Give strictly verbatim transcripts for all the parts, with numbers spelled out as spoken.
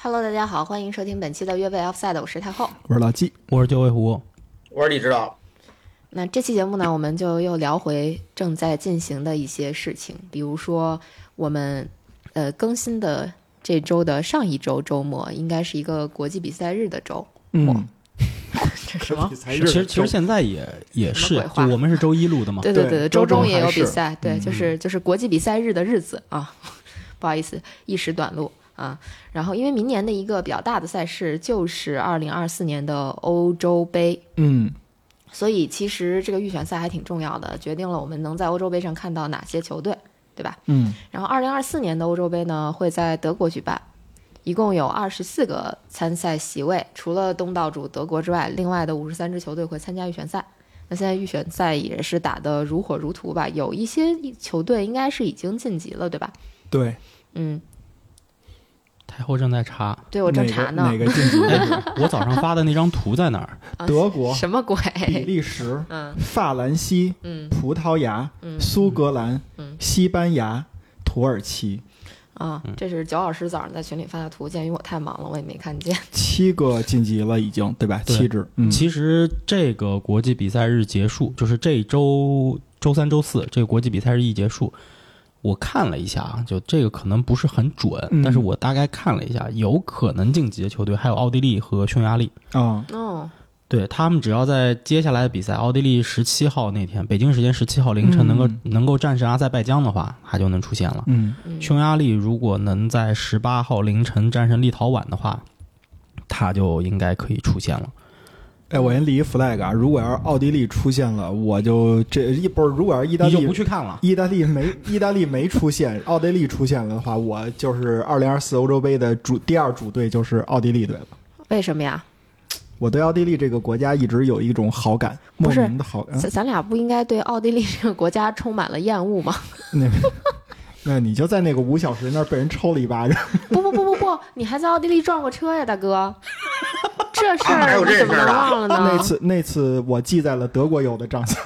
Hello， 大家好，欢迎收听本期的越位 Offside， 我是太后， 我是老纪， 我是九尾狐， 我是李指导。 那这期节目呢，我们就又聊回正在进行的一些事情，比如说我们呃更新的这周的上一周周末，应该是一个国际比赛日的周末。 嗯这是什么？ 其实其实现在也也是，就我们是周一录的嘛。 对对对， 对周中也有比赛，对， 嗯、 就是就是国际比赛日的日子啊，不好意思，一时短路啊。然后因为明年的一个比较大的赛事就是二零二四年的欧洲杯， 嗯， 所以其实这个预选赛还挺重要的，决定了我们能在欧洲杯上看到哪些球队，对吧？ 嗯。 然后二零二四年的欧洲杯呢会在德国举办。一共有二十四个参赛席位，除了东道主德国之外，另外的五十三支球队会参加预选赛。那现在预选赛也是打得如火如荼吧？有一些球队应该是已经晋级了，对吧？ 对， 嗯。 太后正在查， 对我正查呢。 哪个晋级？ 我早上发的那张图在哪儿？ 啊、 德国、 什么鬼？ 比利时、 嗯、 法兰西、 嗯、 葡萄牙、 嗯、 苏格兰、 嗯、 西班牙、土耳其。 啊，这是九老师早上在群里发的图，鉴于我太忙了，我也没看见。 七个晋级了，已经对吧？ 对七支。嗯， 其实这个国际比赛日结束，就是这周周三、周四这个国际比赛日一结束，我看了一下啊，就这个可能不是很准， 嗯、 但是我大概看了一下，有可能晋级的球队还有奥地利和匈牙利啊。 哦。 对，他们只要在接下来的比赛，奥地利十七号那天，北京时间十七号凌晨能够、嗯、能够战胜阿塞拜疆的话，他就能出现了。 嗯， 匈牙利如果能在十八号凌晨战胜立陶宛的话，他就应该可以出现了。 哎，我先立一 flag 啊！如果要是奥地利出现了，我就这一不是，如果要是意大利， 你就不去看了。 意大利没意大利没出现，奥地利出现了的话，我就是二零二四欧洲杯的主第二主队就是奥地利队了。 为什么呀？ 我对奥地利这个国家一直有一种好感，莫名的好感。 咱咱俩不应该对奥地利这个国家充满了厌恶吗？ 那那你就在那个五小时那儿被人抽了一巴掌。 不不不不不，你还在奥地利撞过车呀，大哥！这事儿你怎么能忘了呢？ 那次那次我记在了德国友的账下。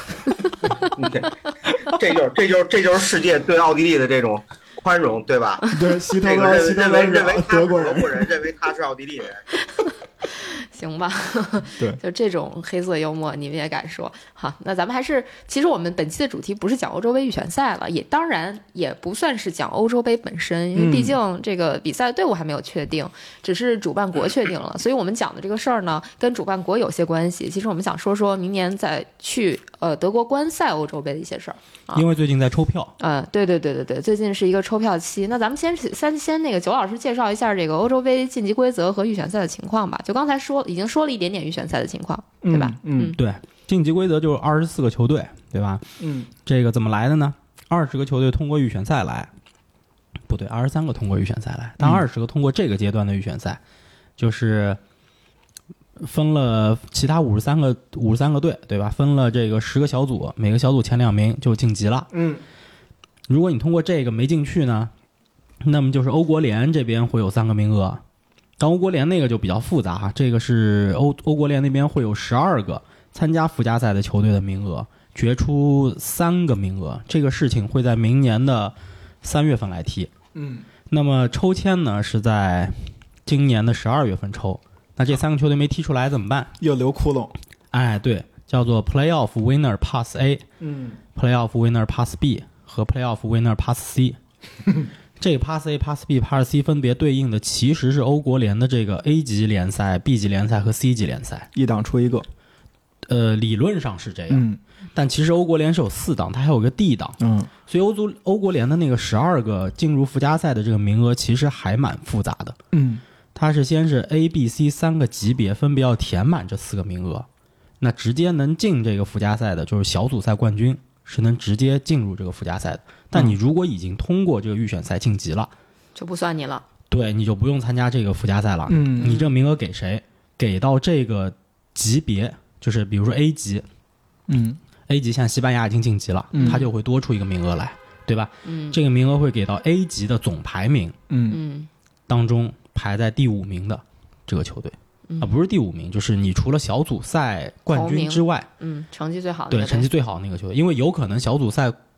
这就是这就是这就是世界对奥地利的这种宽容，对吧？ 对，希特勒、 这个、 希特勒认为认为他是德国人， 德国人认为他是奥地利人。 行吧， 对， 就这种黑色幽默你们也敢说？好，那咱们还是，其实我们本期的主题不是讲欧洲杯预选赛了，也当然也不算是讲欧洲杯本身，因为毕竟这个比赛队伍还没有确定，只是主办国确定了，所以我们讲的这个事儿呢，跟主办国有些关系。其实我们想说说明年再去呃德国观赛欧洲杯的一些事儿。啊、 因为最近在抽票啊、呃，对对对对对，最近是一个抽票期。那咱们先先先那个九老师介绍一下这个欧洲杯晋级规则和预选赛的情况吧。就刚才说已经说了一点点预选赛的情况，对吧？ 嗯， 嗯对，晋级规则就是二十四个球队，对吧？ 嗯， 这个怎么来的呢？二十个球队通过预选赛来，不对，二十三个通过预选赛来，但二十个通过这个阶段的预选赛，嗯、就是分了其他五十三个五十三个队，对吧？分了这个十个小组，每个小组前两名就晋级了。 嗯， 如果你通过这个没进去呢，那么就是欧国联这边会有三个名额。但欧国联那个就比较复杂哈，这个是欧欧国联那边会有十二个参加附加赛的球队的名额，决出三个名额。这个事情会在明年的三月份来踢。 嗯， 那么抽签呢是在今年的十二月份抽。那这三个球队没踢出来怎么办？ 又留窟窿。 哎，对，叫做 Playoff Winner Pass A， 嗯 ，Playoff Winner Pass B 和 Playoff Winner Pass C。这个 Pass A、Pass B、Pass C 分别对应的其实是欧国联的这个 A 级联赛、B 级联赛和 C 级联赛， 一档出一个。 呃，理论上是这样， 嗯， 但其实欧国联是有四档，它还有个 D 档， 嗯， 所以欧足欧国联的那个十二个进入附加赛的这个名额其实还蛮复杂的， 嗯， 它是先是 A、B、C 三个级别分别要填满这四个名额，那直接能进这个附加赛的就是小组赛冠军。是能直接进入这个附加赛的，但你如果已经通过这个预选赛晋级了， 就不算你了。 对，你就不用参加这个附加赛了。 嗯， 你这名额给谁？给到这个级别，就是比如说 A 级， 嗯 ，A 级像西班牙已经晋级了， 嗯， 他就会多出一个名额来，对吧？ 嗯， 这个名额会给到 A 级的总排名， 嗯当中排在第五名的这个球队。啊，不是第五名，就是你除了小组赛冠军之外， 嗯，成绩最好的， 对，成绩最好的那个球队，因为有可能小组赛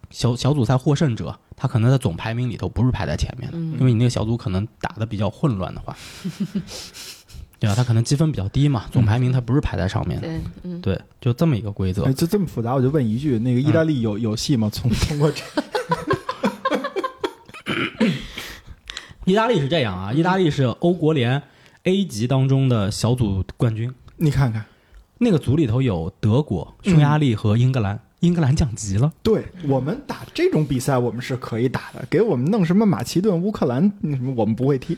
小小组赛获胜者，他可能在总排名里头不是排在前面的， 嗯因为你那个小组可能打得比较混乱的话，对吧？他可能积分比较低嘛，总排名他不是排在上面的。 对，嗯， 对，就这么一个规则哎，。就这么复杂，我就问一句，那个意大利有、有戏吗？从通过这， 意大利是这样啊，意大利是欧国联 A 级当中的小组冠军， 你看看， 那个组里头有德国、匈牙利和英格兰，英格兰降级了。 对我们打这种比赛，我们是可以打的。给我们弄什么马其顿、乌克兰，那什么我们不会踢。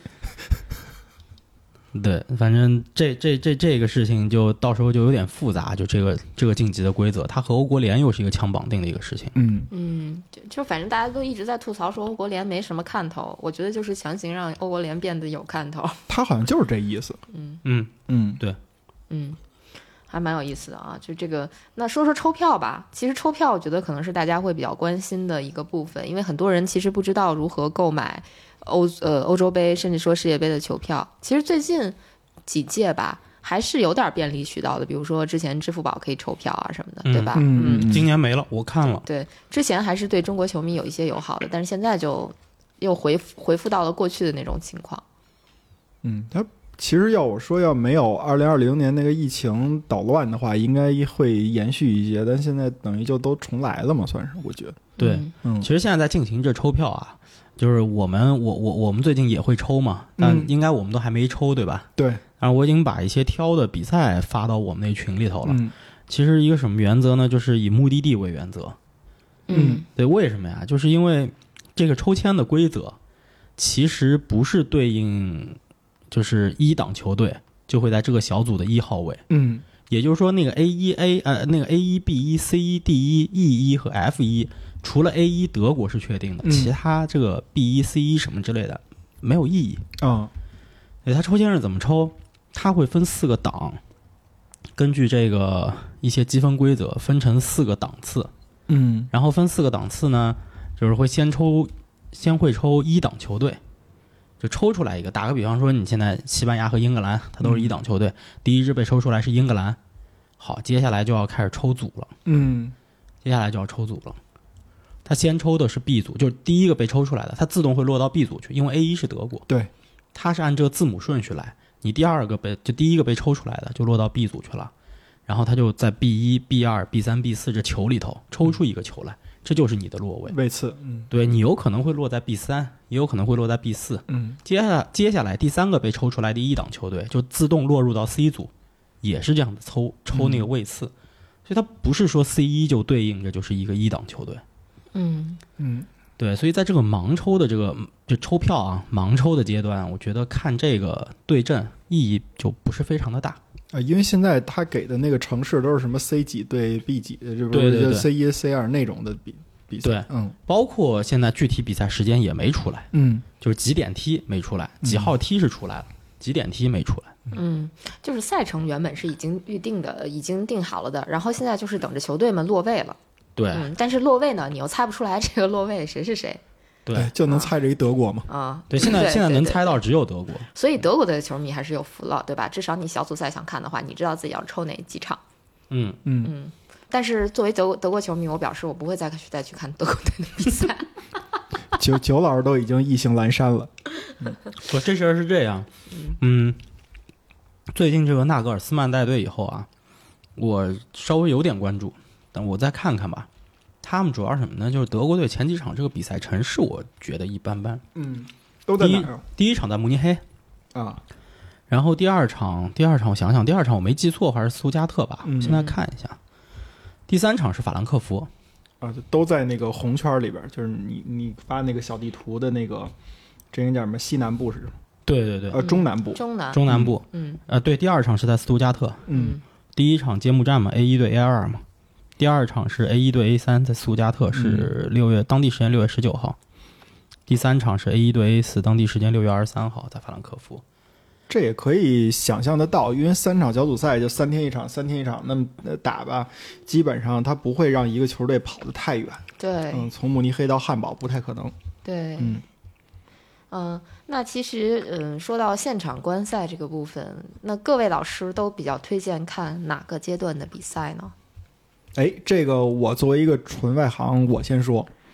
对，反正这这这这个事情就到时候就有点复杂，就这个这个晋级的规则，它和欧国联又是一个强绑定的一个事情。 嗯， 嗯，就就反正大家都一直在吐槽说欧国联没什么看头，我觉得就是强行让欧国联变得有看头。 他好像就是这意思。 嗯嗯嗯， 嗯，还蛮有意思的啊。就这个，那说说抽票吧。其实抽票，我觉得可能是大家会比较关心的一个部分，因为很多人其实不知道如何购买欧呃欧洲杯，甚至说世界杯的球票。其实最近几届吧，还是有点便利渠道的，比如说之前支付宝可以抽票啊什么的， 嗯对吧？ 嗯嗯今年没了，我看了。 对，之前还是对中国球迷有一些友好的，但是现在就又回复回复到了过去的那种情况。 嗯，他其实要我说，要没有二零二零年那个疫情捣乱的话，应该会延续一些，但现在等于就都重来了嘛，算是我觉得。 对， 嗯嗯其实现在在进行这抽票啊，就是我们我我我们最近也会抽嘛，但嗯应该我们都还没抽，对吧？ 对， 然后我已经把一些挑的比赛发到我们那群里头了。 嗯其实一个什么原则呢？就是以目的地为原则。 嗯对，为什么呀？就是因为这个抽签的规则其实不是对应，就是一档球队就会在这个小组的一号位， 嗯也就是说那个 A 一 A 呃那个 A 一 B 一 C 一 D 一 E 一和 F 一，除了 A 一德国是确定的， 嗯其他这个 B 一 C 一什么之类的没有意义。 啊对，他抽签是怎么抽？他会分四个档，根据这个一些积分规则分成四个档次， 嗯然后分四个档次呢，就是会先抽，先会抽一档球队，就抽出来一个。打个比方说，你现在西班牙和英格兰，它都是一档球队，第一支被抽出来是英格兰，好，接下来就要开始抽组了， 嗯接下来就要抽组了。他先抽的是 B 组，就是第一个被抽出来的，它自动会落到 B 组去，因为 A 一是德国， 对， 它是按这个字母顺序来。你第二个被就第一个被抽出来的就落到 B 组去了，然后他就在 B 一、B 二、B 三、B 四这球里头抽出一个球来，这就是你的落位。 位次，嗯对，你有可能会落在 B 三，也有可能会落在 B 四。 嗯接下来接下来第三个被抽出来的一档球队就自动落入到 C 组，也是这样的抽抽那个位次，所以它不是说 C 一就对应着就是一个一档球队。 嗯嗯对，所以在这个盲抽的这个就抽票啊盲抽的阶段，我觉得看这个对阵意义就不是非常的大。 啊，因为现在他给的那个城市都是什么 C 几对 B 几，这不对对对是 C 一 C 二那种的比比赛。 对嗯包括现在具体比赛时间也没出来， 嗯就是几点踢没出来，几号踢是出来了，几点踢没出来。 嗯，就是赛程原本是已经预定的，已经定好了的，然后现在就是等着球队们落位了。 对、 嗯，但是落位呢，你又猜不出来这个落位谁是谁对哎就能猜着一德国嘛。 啊。 对，现在现在能对猜到只有德国。 所以德国的球迷还是有福了，对吧？至少你小组赛想看的话，你知道自己要抽哪几场。 嗯， 嗯， 嗯，但是作为德国德国球迷，我表示我不会再去再去看德国队的比赛。 九九老师都已经意兴阑珊了。 不，这事儿是这样，嗯，最近这个纳格尔斯曼带队以后啊，我稍微有点关注，但我再看看吧。他们主要是什么呢？就是德国队前几场这个比赛城市，我觉得一般般。 嗯，都在第一哪儿啊？ 第一场在慕尼黑， 啊， 然后第二场，第二场我想想，第二场我没记错，还是苏加特吧？ 嗯我现在看一下，第三场是法兰克福。 啊，都在那个红圈里边，就是你你发那个小地图的那个，这应该叫什么？西南部是什么？ 对对对， 呃，中南部。 中南， 中南部。 嗯呃，对，第二场是在斯图加特， 嗯第一场揭幕战嘛 ，A 一对 A 二嘛。第二场是 A 一对 A 三，在苏加特是六月、当地时间六月十九号。第三场是 A 一对 A 四，当地时间六月二十三号，在法兰克福。 这也可以想象得到，因为三场小组赛就三天一场，三天一场，那么呃打吧，基本上他不会让一个球队跑得太远。 对嗯，从慕尼黑到汉堡不太可能。 对， 嗯嗯，那其实嗯，说到现场观赛这个部分，那各位老师都比较推荐看哪个阶段的比赛呢？ 哎，这个我作为一个纯外行，我先说，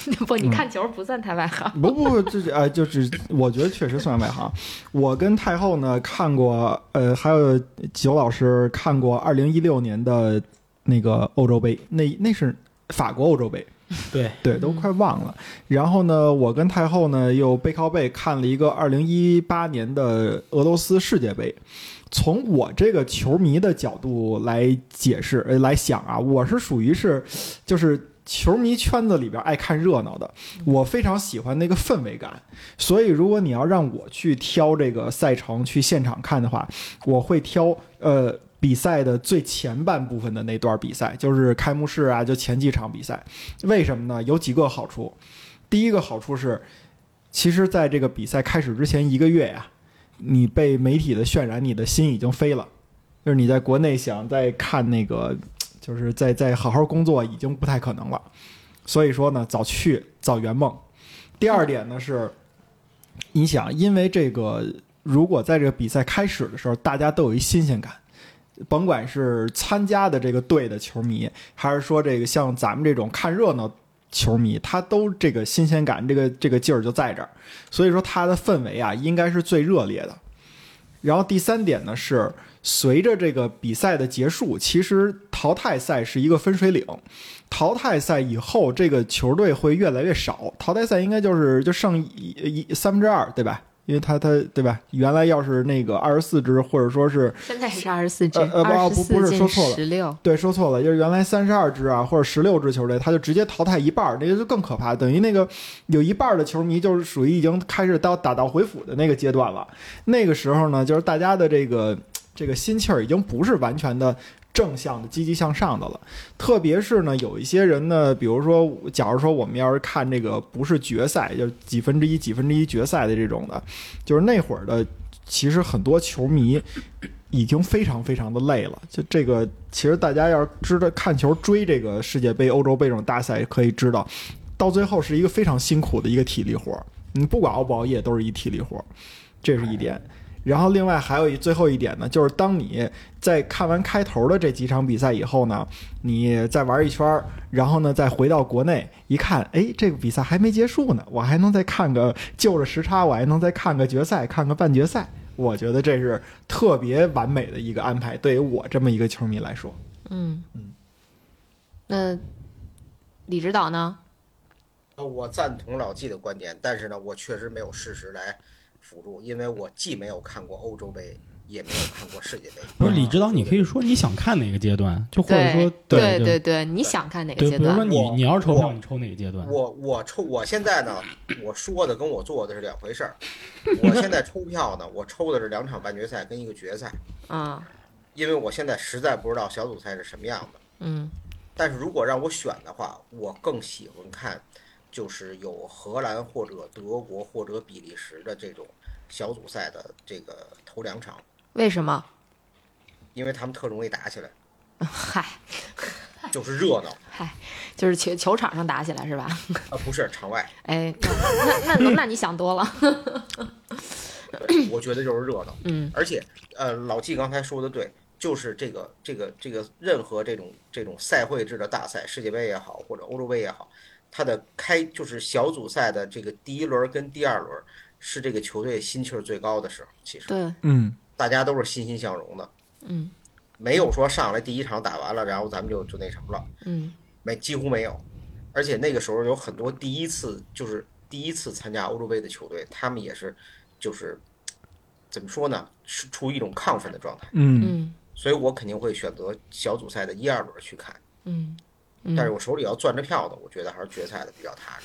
不，你看球不算太外行。 不不不，这哎，就是我觉得确实算外行。我跟太后呢看过，呃，还有九老师看过二零一六年的那个欧洲杯，那那是法国欧洲杯。 对对，都快忘了。然后呢，我跟太后呢又背靠背看了一个二零一八年的俄罗斯世界杯。从我这个球迷的角度来解释，呃，来想啊，我是属于是，就是球迷圈子里边爱看热闹的，我非常喜欢那个氛围感。所以，如果你要让我去挑这个赛程去现场看的话，我会挑呃。比赛的最前半部分的那段比赛，就是开幕式啊，就前几场比赛。为什么呢？有几个好处。第一个好处是，其实在这个比赛开始之前一个月呀、啊，你被媒体的渲染，你的心已经飞了。就是你在国内想再看那个，就是再再好好工作，已经不太可能了。所以说呢，早去早圆梦。第二点呢是，你想，因为这个，如果在这个比赛开始的时候，大家都有一新鲜感。甭管是参加的这个队的球迷，还是说这个像咱们这种看热闹球迷，他都这个新鲜感，这个这个劲儿就在这儿。所以说它的氛围啊，应该是最热烈的。然后第三点呢是，随着这个比赛的结束，其实淘汰赛是一个分水岭。淘汰赛以后，这个球队会越来越少。淘汰赛应该就是就剩一一三分之二，对吧？因为他他对吧？原来要是那个二十四支，或者说是现在是二十四支， 呃呃不不是说错了， 十六， 对，说错了，就是原来三十二支啊，或者十六支球队，他就直接淘汰一半，那个就更可怕，等于那个有一半的球迷就是属于已经开始到打道回府的那个阶段了。那个时候呢，就是大家的这个这个心气儿已经不是完全的正向的积极向上的了。特别是呢，有一些人呢，比如说假如说我们要是看这个不是决赛，就是几分之一几分之一决赛的这种的，就是那会儿的其实很多球迷已经非常非常的累了。就这个其实大家要知道看球追这个世界杯欧洲杯这种大赛可以知道，到最后是一个非常辛苦的一个体力活，你不管熬不熬夜都是一体力活，这是一点。然后另外还有一最后一点呢，就是当你在看完开头的这几场比赛以后呢，你再玩一圈，然后呢再回到国内一看，哎，这个比赛还没结束呢，我还能再看个就着时差，我还能再看个决赛，看个半决赛。我觉得这是特别完美的一个安排，对于我这么一个球迷来说。 嗯嗯，那李指导呢？ 我赞同老纪的观点，但是呢，我确实没有事实来辅助，因为我既没有看过欧洲杯，也没有看过世界杯。 不是李指导，你可以说你想看哪个阶段，就或者说对对对对，你想看哪个对， 阶段？ 比如说你你要是抽票， 我你抽哪个阶段？ 我我抽，我现在呢，我说的跟我做的是两回事儿。我现在抽票呢，我抽的是两场半决赛跟一个决赛。 啊， 因为我现在实在不知道小组赛是什么样的。 嗯， 但是如果让我选的话，我更喜欢看就是有荷兰或者德国或者比利时的这种小组赛的这个头两场。 为什么？ 因为他们特容易打起来。 嗨， 就是热闹。 嗨，就是球球场上打起来是吧？ 啊，不是场外。 哎，那那那那你想多了。 我觉得就是热闹。 嗯， 而且呃，老纪刚才说的对，就是这个这个这个任何这种这种赛会制的大赛，世界杯也好或者欧洲杯也好，它的开就是小组赛的这个第一轮跟第二轮是这个球队心气儿最高的时候。其实对， 嗯， 大家都是欣欣向荣的。 嗯， 没有说上来第一场打完了，然后咱们就就那什么了。 嗯， 没几乎没有。而且那个时候有很多第一次就是第一次参加欧洲杯的球队，他们也是就是怎么说呢，是处于一种亢奋的状态。 嗯嗯， 所以我肯定会选择小组赛的一二轮去看。 嗯， 但是我手里要攥着票的，我觉得还是决赛的比较踏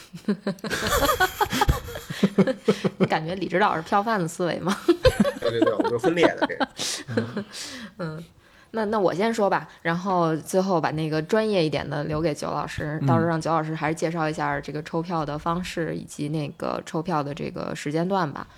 实。你感觉李指导是票贩子思维吗？ 对对对，我就分裂的这个。 嗯，那那我先说吧，然后最后把那个专业一点的留给九老师，到时候让九老师还是介绍一下这个抽票的方式以及那个抽票的这个时间段吧。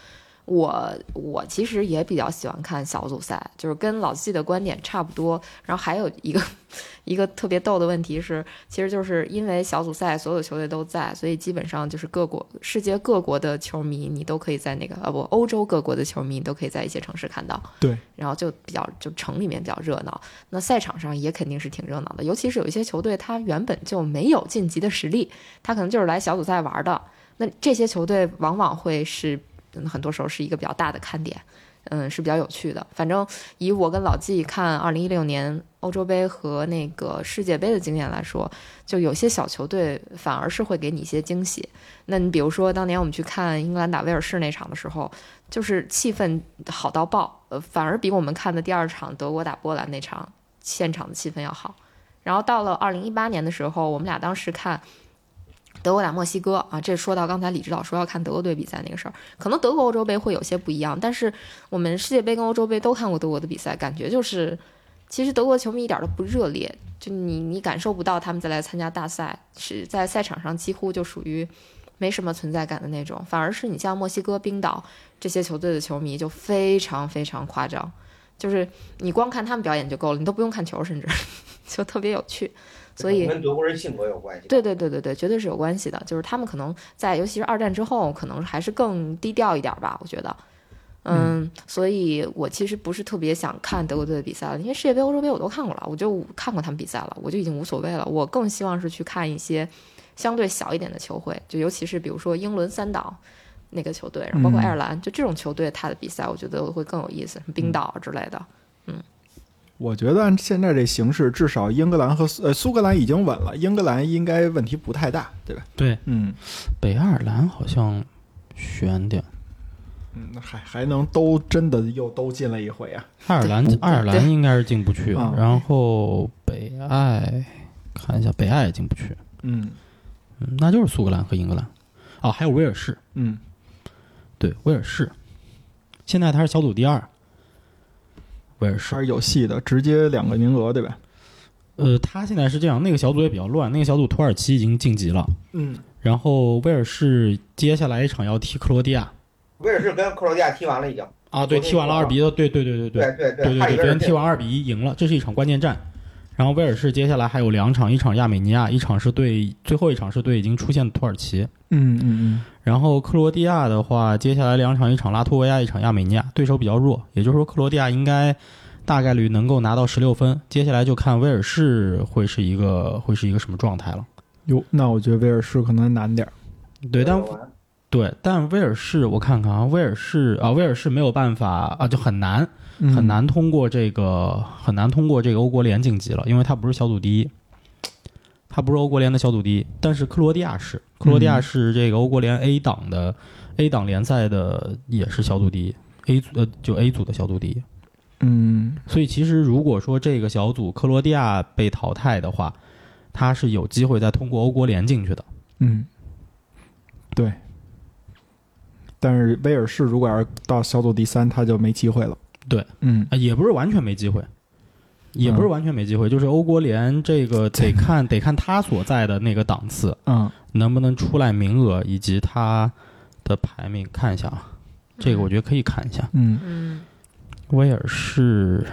我我其实也比较喜欢看小组赛，就是跟老季的观点差不多。然后还有一个一个特别逗的问题是，其实就是因为小组赛所有球队都在，所以基本上就是各国世界各国的球迷，你都可以在那个啊不欧洲各国的球迷你都可以在一些城市看到。 对， 然后就比较就城里面比较热闹，那赛场上也肯定是挺热闹的。尤其是有一些球队，他原本就没有晋级的实力，他可能就是来小组赛玩的。那这些球队往往会是。很多时候是一个比较大的看点，嗯，是比较有趣的。反正以我跟老季看二零一六年欧洲杯和那个世界杯的经验来说，就有些小球队反而是会给你一些惊喜。那你比如说当年我们去看英格兰打威尔士那场的时候，就是气氛好到爆，呃，反而比我们看的第二场德国打波兰那场现场的气氛要好。然后到了二零一八年的时候，我们俩当时看德国打墨西哥啊，这说到刚才李指导说要看德国队比赛那个事儿，可能德国欧洲杯会有些不一样，但是我们世界杯跟欧洲杯都看过德国的比赛，感觉就是其实德国球迷一点都不热烈，就你你感受不到他们再来参加大赛，是在赛场上几乎就属于没什么存在感的那种，反而是你像墨西哥、冰岛这些球队的球迷就非常非常夸张，就是你光看他们表演就够了，你都不用看球，甚至就特别有趣。所以跟德国人性格有关系。 对对对对对，绝对是有关系的。就是他们可能在，尤其是二战之后，可能还是更低调一点吧，我觉得。嗯，嗯所以我其实不是特别想看德国队的比赛了，因为世界杯、欧洲杯我都看过了，我就看过他们比赛了，我就已经无所谓了。我更希望是去看一些相对小一点的球会，就尤其是比如说英伦三岛那个球队，然后包括爱尔兰，就这种球队，他的比赛我觉得会更有意思，冰岛之类的。嗯。 我觉得按现在这形势，至少英格兰和呃苏格兰已经稳了，英格兰应该问题不太大，对吧？ 对， 嗯， 北爱尔兰好像悬点， 嗯，还还能都真的又都进了一回啊！ 爱尔兰爱尔兰应该是进不去， 嗯、 然后北爱看一下，北爱也进不去， 嗯嗯，那就是苏格兰和英格兰，哦，还有威尔士， 嗯， 对，威尔士，现在他是小组第二。威尔士还是有戏的，直接两个名额，对吧？ 呃，他现在是这样，那个小组也比较乱，那个小组土耳其已经晋级了， 嗯， 然后威尔士接下来一场要踢克罗地亚， 威尔士跟克罗地亚踢完了已经啊，对，踢完了二比一，对对对对对对对对对对，昨天踢完二比一赢了，这是一场关键战。然后威尔士接下来还有两场，一场亚美尼亚，一场是对最后一场是对已经出现的土耳其。 嗯嗯嗯。 然后克罗地亚的话，接下来两场，一场拉脱维亚，一场亚美尼亚，对手比较弱，也就是说克罗地亚应该大概率能够拿到十六分。接下来就看威尔士会是一个会是一个什么状态了。 哟，那我觉得威尔士可能难点。 对，但对，但威尔士我看看啊，威尔士啊，威尔士没有办法啊，就很难。很难通过这个，很难通过这个欧国联晋级了，因为它不是小组第一，它不是欧国联的小组第一。但是克罗地亚是，克罗地亚是这个欧国联 A 档的、嗯、A 档联赛的，也是小组第一 ，A 组呃就 A 组的小组第一。 嗯， 所以其实如果说这个小组克罗地亚被淘汰的话，它是有机会再通过欧国联进去的。 嗯，对。但是威尔士如果要是到小组第三，他就没机会了。 对， 嗯， 也不是完全没机会，也不是完全没机会，嗯、就是欧国联这个得看得看他所在的那个档次， 嗯， 能不能出来名额以及他的排名，看一下啊，这个我觉得可以看一下， 嗯嗯， 威尔士。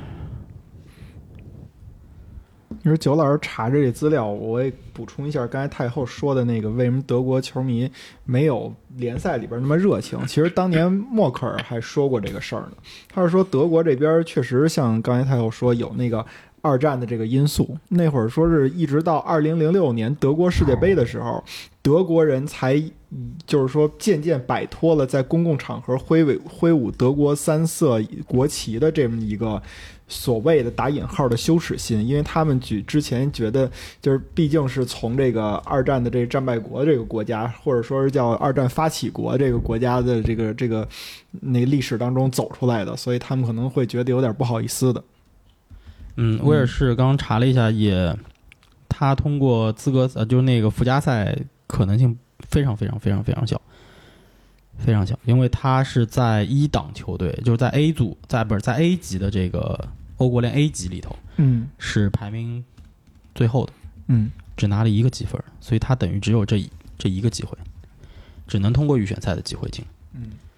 你说九老师查这些资料，我也补充一下刚才太后说的那个为什么德国球迷没有联赛里边那么热情。其实当年默克尔还说过这个事儿呢，他是说德国这边确实像刚才太后说有那个二战的这个因素，那会儿说是一直到二零零六年德国世界杯的时候，德国人才就是说渐渐摆脱了在公共场合挥舞挥舞德国三色国旗的这么一个所谓的打引号的羞耻心，因为他们举之前觉得就是毕竟是从这个二战的这个战败国这个国家，或者说是叫二战发起国这个国家的这个这个那个历史当中走出来的，所以他们可能会觉得有点不好意思的。 嗯，威尔士刚刚查了一下，也他通过资格呃就是那个附加赛可能性非常非常非常非常小。非常小，因为他是在一档球队，就是在 A 组，在不是在 A 级的这个欧国联 A 级里头， 嗯， 是排名最后的， 嗯， 只拿了一个积分，所以他等于只有这这一个机会，只能通过预选赛的机会进。 嗯，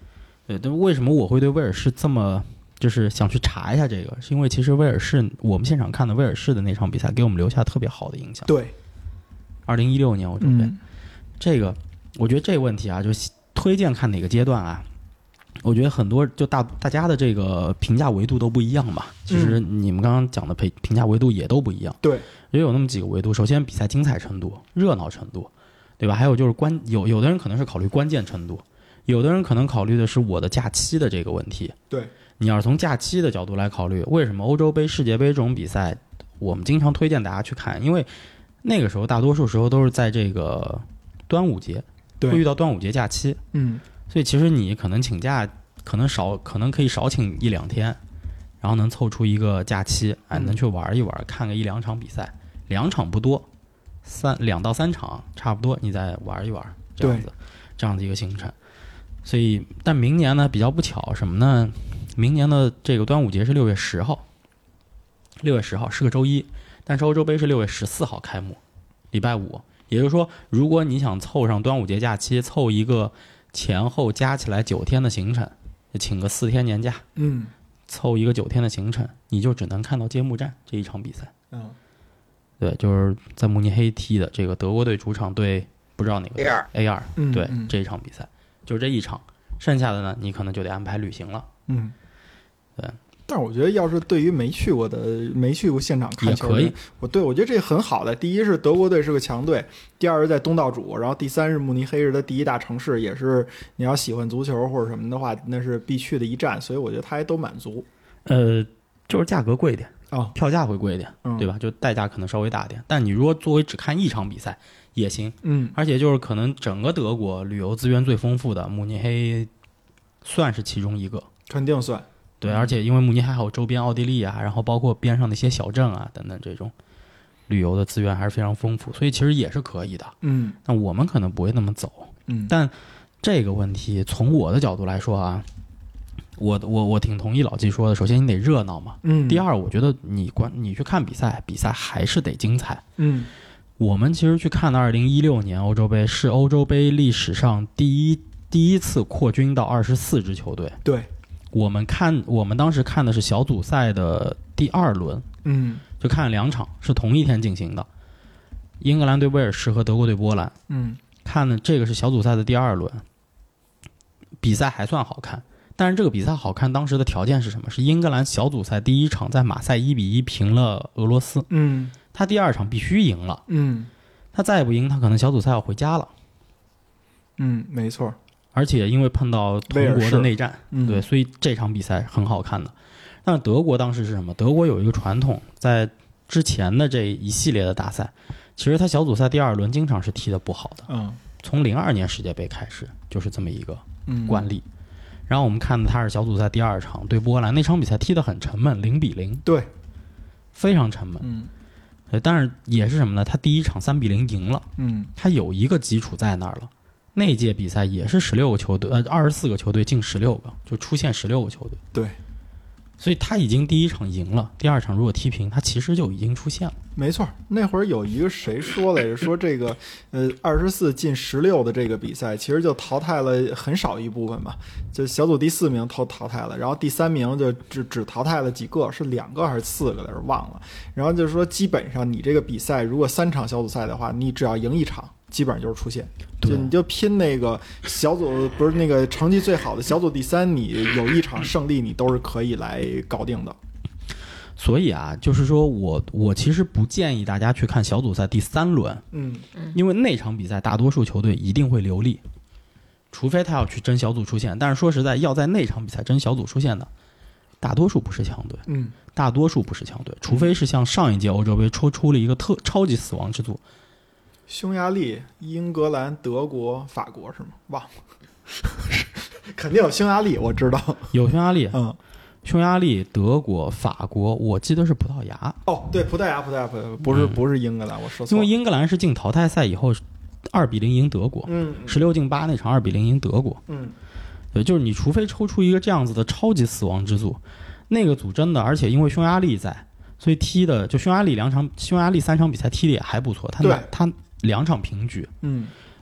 对，但为什么我会对威尔士这么就是想去查一下这个？是因为其实威尔士我们现场看的威尔士的那场比赛给我们留下特别好的印象。 对， 二零一六年欧洲杯， 嗯、 这个我觉得这个问题啊，就推荐看哪个阶段啊？我觉得很多就大大家的这个评价维度都不一样嘛。其实你们刚刚讲的评评价维度也都不一样。 对， 也有那么几个维度。首先比赛精彩程度、热闹程度，对吧？还有就是关有有的人可能是考虑关键程度，有的人可能考虑的是我的假期的这个问题。 对， 你要是从假期的角度来考虑，为什么欧洲杯、世界杯这种比赛，我们经常推荐大家去看？因为那个时候大多数时候都是在这个端午节，会遇到端午节假期。 嗯。 所以其实你可能请假，可能少，可能可以少请一两天，然后能凑出一个假期，哎，能去玩一玩，看个一两场比赛，两场不多，三两到三场差不多，你再玩一玩，这样子，这样的一个行程。所以，但明年呢比较不巧什么呢？明年的这个端午节是六月十号，六月十号是个周一，但是欧洲杯是六月十四号开幕，礼拜五。也就是说，如果你想凑上端午节假期，凑一个前后加起来九天的行程，请个四天年假， 嗯， 凑一个九天的行程，你就只能看到揭幕战这一场比赛。 嗯， 对，就是在慕尼黑踢的这个德国队主场对不知道哪个 A 二 A 二，对、 嗯、 这一场比赛，就是这一场，剩下的呢，你可能就得安排旅行了。 嗯， 对。 但是我觉得，要是对于没去过的、没去过现场看球的， 也可以。 我对我觉得这很好的。第一是德国队是个强队，第二是在东道主，然后第三是慕尼黑是它第一大城市，也是你要喜欢足球或者什么的话，那是必去的一站。所以我觉得它还都满足。 呃，就是价格贵一点啊、哦， 票价会贵一点， 嗯、 对吧？就代价可能稍微大点。但你如果作为只看一场比赛也行， 嗯， 而且就是可能整个德国旅游资源最丰富的慕尼黑，算是其中一个， 肯定算。 对，而且因为慕尼黑还有周边奥地利啊，然后包括边上的一些小镇啊等等，这种旅游的资源还是非常丰富，所以其实也是可以的。 嗯， 那我们可能不会那么走。 嗯， 但这个问题从我的角度来说啊，我我我挺同意老季说的。首先你得热闹嘛， 嗯。 第二，我觉得你关你去看比赛，比赛还是得精彩。 嗯。 我们其实去看的二零一六年欧洲杯是欧洲杯历史上第一第一次扩军到二十四支球队。 对。 我们看，我们当时看的是小组赛的第二轮， 嗯， 就看了两场，是同一天进行的，英格兰对威尔士和德国对波兰， 嗯， 看的这个是小组赛的第二轮，比赛还算好看，但是这个比赛好看当时的条件是什么？是英格兰小组赛第一场在马赛一比一平了俄罗斯， 嗯， 他第二场必须赢了， 嗯， 他再不赢，他可能小组赛要回家了， 嗯，没错。 而且因为碰到同国的内战， 嗯、 对，所以这场比赛很好看的。但是德国当时是什么？德国有一个传统，在之前的这一系列的大赛，其实他小组赛第二轮经常是踢得不好的。 嗯， 从零二年世界杯开始就是这么一个惯例。 嗯、 然后我们看的他是小组赛第二场对波兰那场比赛踢得很沉闷，零比零， 对， 非常沉闷。 嗯， 对，但是也是什么呢？他第一场三比零赢了， 嗯， 他有一个基础在那儿了。那届比赛也是十六个球队，呃，二十四个球队进十六个，就出现十六个球队。 对， 所以他已经第一场赢了，第二场如果踢平，他其实就已经出现了。 没错，那会儿有一个谁说来着？说这个呃，二十四进十六的这个比赛，其实就淘汰了很少一部分吧，就小组第四名淘淘汰了，然后第三名就只只淘汰了几个，是两个还是四个来着？忘了。然后就是说，基本上你这个比赛如果三场小组赛的话，你只要赢一场，基本上就是出线。就你就拼那个小组，不是那个成绩最好的小组第三，你有一场胜利，你都是可以来搞定的。 所以啊，就是说我我其实不建议大家去看小组赛第三轮， 嗯， 因为那场比赛大多数球队一定会留力，除非他要去争小组出线。但是说实在，要在那场比赛争小组出线的，大多数不是强队， 嗯， 大多数不是强队，除非是像上一届欧洲杯抽出了一个特超级死亡之组。 匈牙利、英格兰、德国、法国是吗？忘了，肯定有匈牙利，我知道有匈牙利， 嗯， 匈牙利、德国、法国，我记得是葡萄牙。 哦，对，葡萄牙，葡萄牙，葡萄牙不是、嗯、不是英格兰，我说错了。 因为英格兰是进淘汰赛以后二比零赢德国， 嗯， 十六进八那场二比零赢德国， 嗯， 对，就是你除非抽出一个这样子的超级死亡之组，那个组真的，而且因为匈牙利在，所以踢的就匈牙利两场，匈牙利三场比赛踢的也还不错，他他两场平局， 嗯，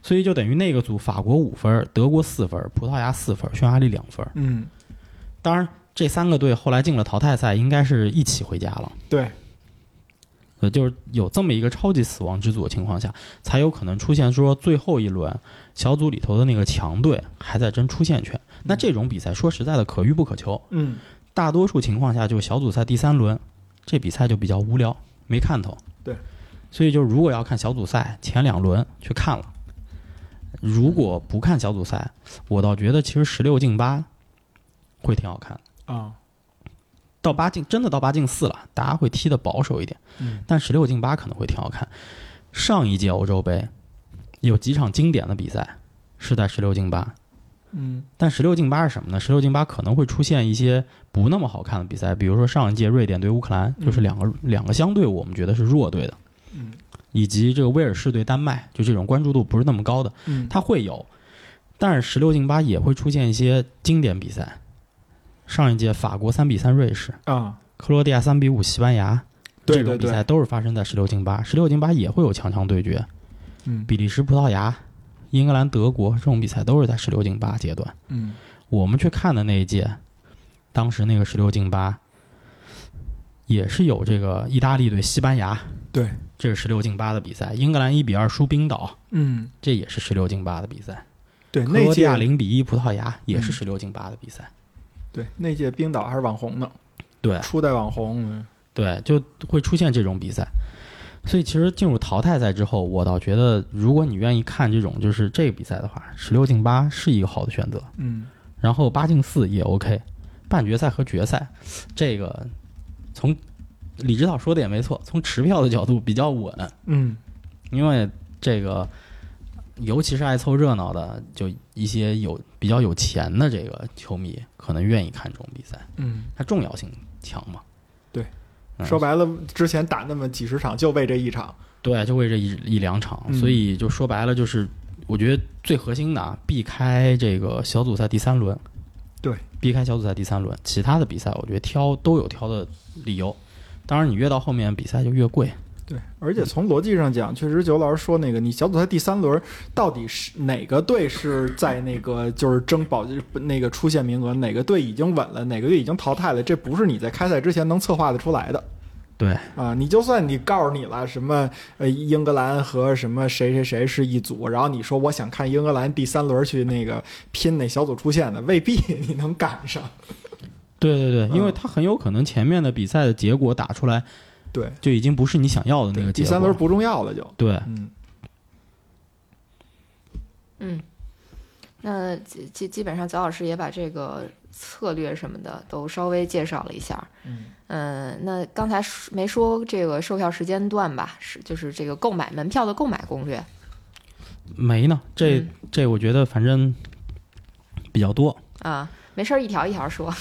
所以就等于那个组法国五分，德国四分，葡萄牙四分，匈牙利两分。 嗯， 当然这三个队后来进了淘汰赛，应该是一起回家了。 对， 呃，就是有这么一个超级死亡之组的情况下，才有可能出现说最后一轮小组里头的那个强队还在争出线权。那这种比赛说实在的可遇不可求。 嗯， 大多数情况下就小组赛第三轮，这比赛就比较无聊，没看头。 对， 所以就如果要看小组赛前两轮去看了，如果不看小组赛，我倒觉得其实十六进八会挺好看的啊。 到八进真的到八进四了，大家会踢得保守一点， 嗯， 但十六进八可能会挺好看。上一届欧洲杯有几场经典的比赛是在十六进八， 嗯， 但十六进八是什么呢？十六进八可能会出现一些不那么好看的比赛，比如说上一届瑞典对乌克兰，就是两个、嗯、两个相对我们觉得是弱队的， 嗯， 以及这个威尔士对丹麦，就这种关注度不是那么高的， 嗯， 它会有，但是十六进八也会出现一些经典比赛。上一届法国三比三瑞士啊， 克罗地亚三比五西班牙， 对对对， 这种比赛都是发生在十六进八，十六进八也会有强强对决， 嗯， 比利时、葡萄牙、英格兰、德国这种比赛都是在十六进八阶段。 嗯， 我们去看的那一届，当时那个十六进八，也是有这个意大利对西班牙， 对， 这是十六进八的比赛。英格兰一比二输冰岛， 嗯， 这也是十六进八的比赛。 对， 克罗地亚零比一葡萄牙也是十六进八的比赛。 嗯对，那届冰岛还是网红呢， 对， 初代网红， 对，就会出现这种比赛。所以其实进入淘汰赛之后，我倒觉得，如果你愿意看这种就是这个比赛的话，十六进八是一个好的选择。 嗯， 然后八进四也 OK， 半决赛和决赛，这个从李指导说的也没错，从持票的角度比较稳。 嗯， 因为这个。尤其是爱凑热闹的，就一些有比较有钱的这个球迷，可能愿意看这种比赛。 嗯， 它重要性强嘛。 对， 嗯、 说白了，之前打那么几十场，就为这一场。 对，就为这一一两场， 嗯、 所以就说白了，就是我觉得最核心的啊，避开这个小组赛第三轮。 对， 避开小组赛第三轮，其他的比赛我觉得挑都有挑的理由。当然，你越到后面比赛就越贵。 对，而且从逻辑上讲，确实九老师说那个，你小组赛第三轮到底是哪个队是在那个就是争保那个出线名额，哪个队已经稳了，哪个队已经淘汰了，这不是你在开赛之前能策划得出来的。 对啊，你就算你告诉你了什么呃英格兰和什么谁谁谁是一组，然后你说我想看英格兰第三轮去那个拼那小组出线的，未必你能赶上。 对对对，因为他很有可能前面的比赛的结果打出来。 对， 就已经不是你想要的那个结果。 第三轮不重要了就，就对， 嗯嗯，那基基基本上，早老师也把这个策略什么的都稍微介绍了一下。 嗯嗯，那刚才没说这个售票时间段吧？是就是这个购买门票的购买攻略。 没呢，这、嗯、这我觉得反正比较多啊，没事一条一条说。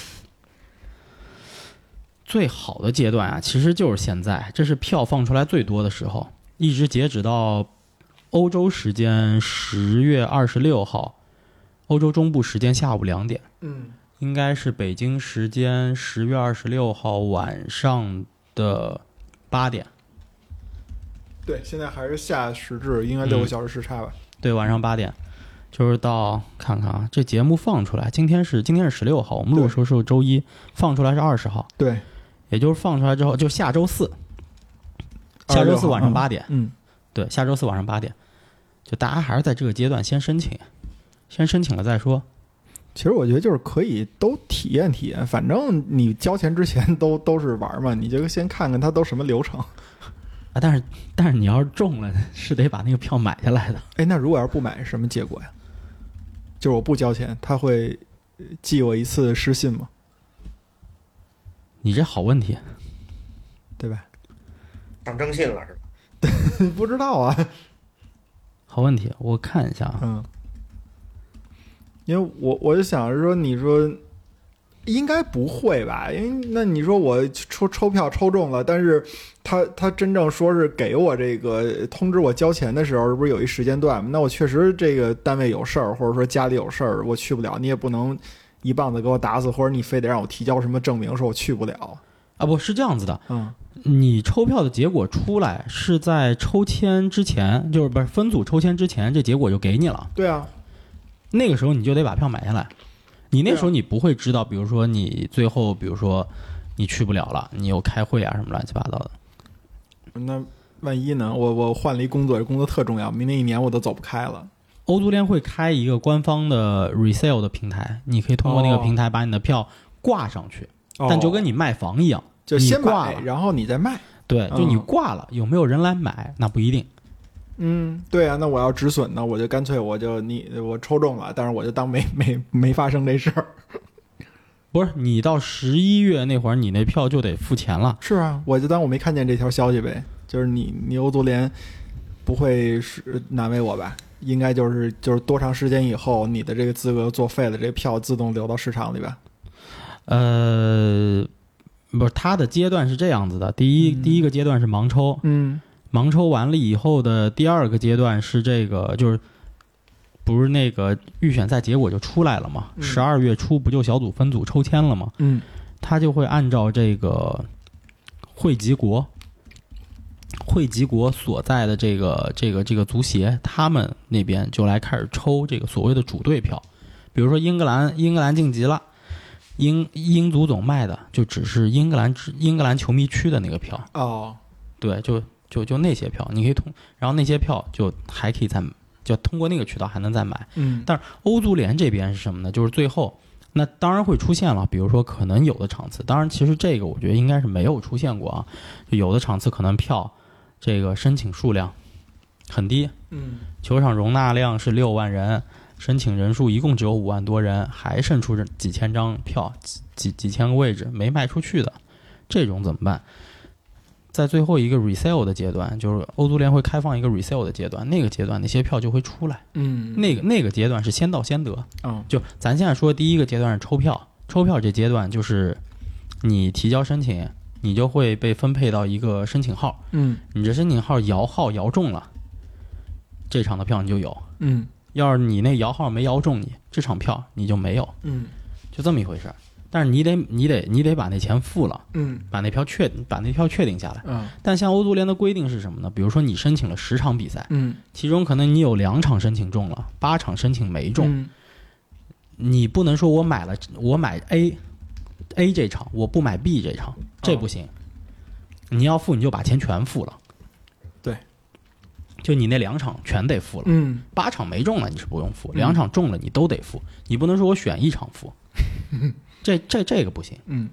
最好的阶段啊，其实就是现在，这是票放出来最多的时候，一直截止到欧洲时间十月二十六号，欧洲中部时间下午两点， 嗯， 应该是北京时间十月二十六号晚上的八点。 对，现在还是下时制，应该六个小时时差吧？ 嗯、对，晚上八点，就是到看看啊，这节目放出来，今天是今天是十六号，我们录的时候是周一，放出来是二十号， 对。 也就是放出来之后，就下周四，下周四晚上八点， 嗯， 对，下周四晚上八点，就大家还是在这个阶段先申请，先申请了再说。 其实我觉得就是可以都体验体验，反正你交钱之前都都是玩嘛，你就先看看它都什么流程啊。但是但是你要是中了，是得把那个票买下来的。 哎，那如果要是不买，什么结果呀？就是我不交钱，他会寄我一次失信吗？ 你这好问题， 对吧？ 上征信了是吧？ 不知道啊， 好问题，我看一下啊。 嗯，因为我我就想着说，你说应该不会吧？因为那你说我抽抽票抽中了，但是他他真正说是给我这个通知我交钱的时候，不是有一时间段吗？那我确实这个单位有事儿，或者说家里有事儿，我去不了，你也不能一棒子给我打死，或者你非得让我提交什么证明说我去不了啊？不是这样子的， 嗯你抽票的结果出来是在抽签之前，就是不是分组抽签之前，这结果就给你了。 对啊， 那个时候你就得把票买下来。你那时候你不会知道，比如说你最后，比如说你去不了了，你有开会啊什么乱七八糟的。 那万一呢？我我换了一工作，这工作特重要，明年一年我都走不开了。 欧足联会开一个官方的 resale 的平台，你可以通过那个平台把你的票挂上去， 哦、 但就跟你卖房一样， 就先买了，然后你再卖。 对，就你挂了，嗯、有没有人来买那不一定。 嗯，对啊，那我要止损呢，我就干脆我就你我抽中了，但是我就当没没没发生这事儿。 不是，你到十一月那会儿，你那票就得付钱了。 是啊，我就当我没看见这条消息呗。就是你你欧足联不会是难为我吧？应该就是就是多长时间以后，你的这个资格作废了，这票自动流到市场里吧？ 呃，不是，它的阶段是这样子的：第一、嗯、第一个阶段是盲抽， 嗯， 盲抽完了以后的第二个阶段是这个，就是不是那个预选赛结果就出来了吗？十二、嗯、月初不就小组分组抽签了吗？ 嗯， 它就会按照这个汇集国。汇集国所在的这个这个这个足协，他们那边就来开始抽这个所谓的主队票。比如说英格兰，英格兰晋级了，英英足总卖的就只是英格兰英格兰球迷区的那个票。 哦， 对，就就就那些票，你可以通，然后那些票就还可以再，就通过那个渠道还能再买。 嗯， 但是欧足联这边是什么呢？就是最后。那当然会出现了，比如说可能有的场次，当然其实这个我觉得应该是没有出现过啊，就有的场次可能票这个申请数量很低， 嗯， 球场容纳量是六万人，申请人数一共只有五万多人，还剩出几千张票，几几几千个位置没卖出去的，这种怎么办？在最后一个 resale 的阶段，就是欧足联会开放一个 resale 的阶段，那个阶段那些票就会出来。 嗯， 那个那个阶段是先到先得。 嗯， 就咱现在说第一个阶段是抽票，抽票这阶段就是你提交申请，你就会被分配到一个申请号。 嗯， 你这申请号摇号摇中了，这场的票你就有。 嗯， 要是你那摇号没摇中你，这场票你就没有。 嗯， 就这么一回事。但是你得你得你得把那钱付了， 嗯， 把那票确把那票确定下来， 嗯。 但像欧足联的规定是什么呢？比如说你申请了十场比赛， 嗯， 其中可能你有两场申请中了，八场申请没中， 嗯、 你不能说我买了我买 A A 这场，我不买 B 这场，这不行。哦、你要付你就把钱全付了， 对， 就你那两场全得付了， 嗯， 八场没中了你是不用付，两场中了你都得付，你不能说我选一场付。这这这个不行， 嗯，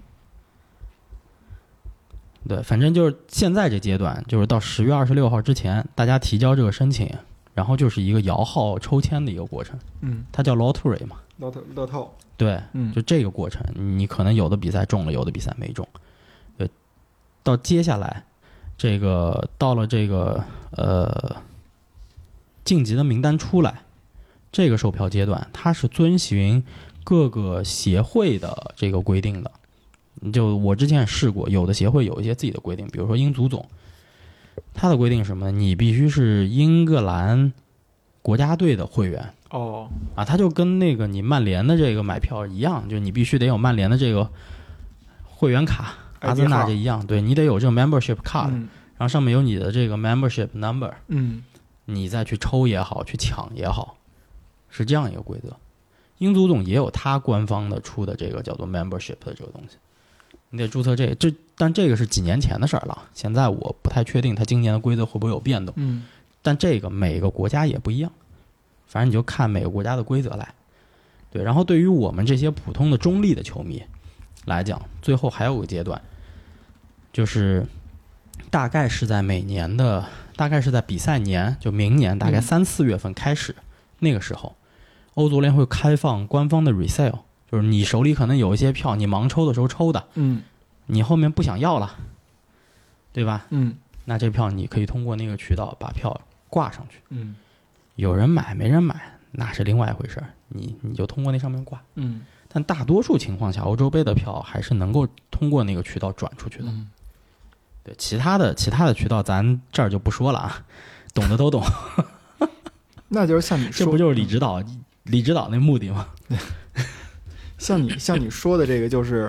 对，反正就是现在这阶段，就是到十月二十六号之前，大家提交这个申请，然后就是一个摇号抽签的一个过程， 嗯， 它叫 lottery 嘛， 乐透乐透， 对， 嗯， 就这个过程，你可能有的比赛中了，有的比赛没中，对，到接下来这个到了这个呃晋级的名单出来，这个售票阶段，它是遵循各个协会的这个规定的，就我之前也试过，有的协会有一些自己的规定，比如说英足总，它的规定是什么呢？你必须是英格兰国家队的会员哦， 啊，它就跟那个你曼联的这个买票一样，就你必须得有曼联的这个会员卡，阿森纳这一样，对你得有这个 membership card，、嗯、然后上面有你的这个 membership number， 嗯， 你再去抽也好，去抢也好，是这样一个规则。英足总也有他官方的出的这个叫做 membership 的这个东西，你得注册这个，这但这个是几年前的事儿了，现在我不太确定他今年的规则会不会有变动。 嗯， 但这个每个国家也不一样，反正你就看每个国家的规则来。对，然后对于我们这些普通的中立的球迷来讲，最后还有个阶段，就是大概是在每年的，大概是在比赛年，就明年大概三四月份开始，嗯、那个时候。欧足联会开放官方的 resale， 就是你手里可能有一些票，你盲抽的时候抽的， 嗯， 你后面不想要了，对吧？ 嗯， 那这票你可以通过那个渠道把票挂上去， 嗯， 有人买没人买那是另外一回事，你你就通过那上面挂， 嗯， 但大多数情况下，欧洲杯的票还是能够通过那个渠道转出去的， 嗯， 对，其他的其他的渠道咱这儿就不说了啊，懂的都懂， 那就是像你说， 这不就是李指导？李指导那目的吗？ 像你像你说的这个就是，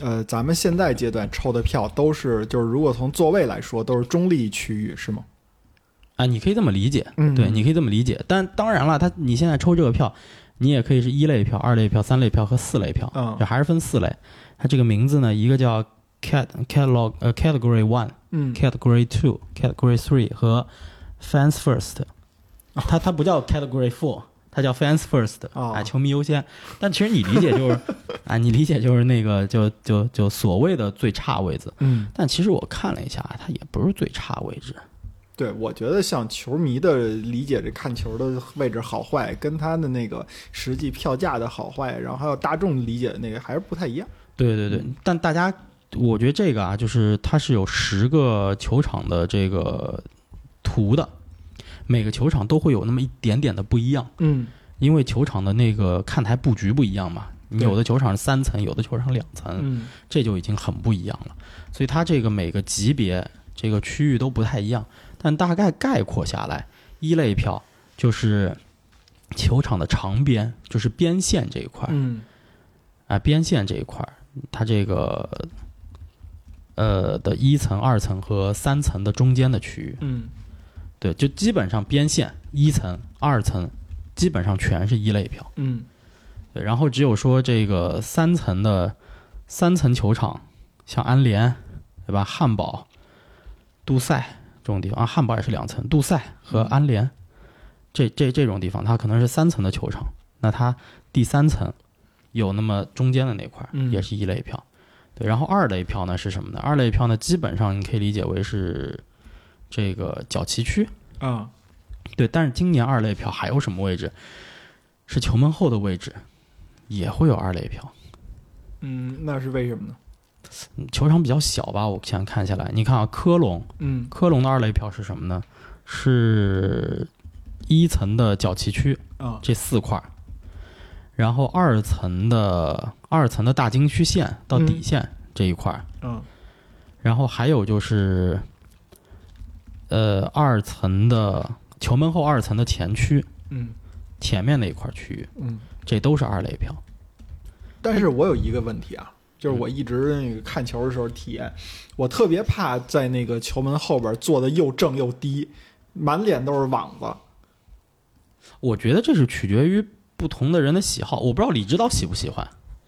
呃，咱们现在阶段抽的票都是，就是如果从座位来说，都是中立区域，是吗？ 啊，你可以这么理解， 嗯对，你可以这么理解。但当然了，他你现在抽这个票，你也可以是一类票、二类票、三类票和四类票， 嗯就还是分四类。它这个名字呢，一个叫 cat catalog 呃 category one， 嗯 category two、category three 和 fans first。它它不叫 category four， 它叫 fans first， 哦啊，球迷优先。但其实你理解就是啊，你理解就是那个就就就所谓的最差位置。 嗯， 但其实我看了一下，它也不是最差位置。 对，我觉得像球迷的理解这看球的位置好坏，跟他的那个实际票价的好坏，然后还有大众理解的那个还是不太一样。 对对对，但大家，我觉得这个啊，就是它是有十个球场的这个图的，每个球场都会有那么一点点的不一样， 嗯因为球场的那个看台布局不一样嘛，你有的球场是三层，有的球场两层， 嗯这就已经很不一样了。所以它这个每个级别、这个区域都不太一样，但大概概括下来，一类票就是球场的长边，就是边线这一块， 嗯啊，边线这一块，它这个呃的一层、二层和三层的中间的区域， 嗯对，就基本上边线一层、二层基本上全是一类票， 嗯对，然后只有说这个三层的三层球场，像安联，对吧？汉堡、杜塞这种地方啊，汉堡也是两层，杜塞和安联、这这这种地方，它可能是三层的球场，那它第三层有那么中间的那块嗯也是一类票，对，然后二类票呢是什么呢？二类票呢基本上你可以理解为是这个角旗区， 啊对，但是今年二类票还有什么位置？是球门后的位置也会有二类票。 嗯，那是为什么呢？ 嗯球场比较小吧，我现在看下来，你看啊，科隆， 嗯科隆的二类票是什么呢？是一层的角旗区啊这四块，然后二层的二层的大禁区线到底线这一块， 嗯然后还有就是，呃，二层的球门后二层的前区嗯前面那一块区域， 嗯。 这都是二类票。 但是我有一个问题啊，就是我一直那个看球的时候体验，我特别怕在那个球门后边坐的又正又低，满脸都是网子。 我觉得这是取决于不同的人的喜好，我不知道李指导喜不喜欢。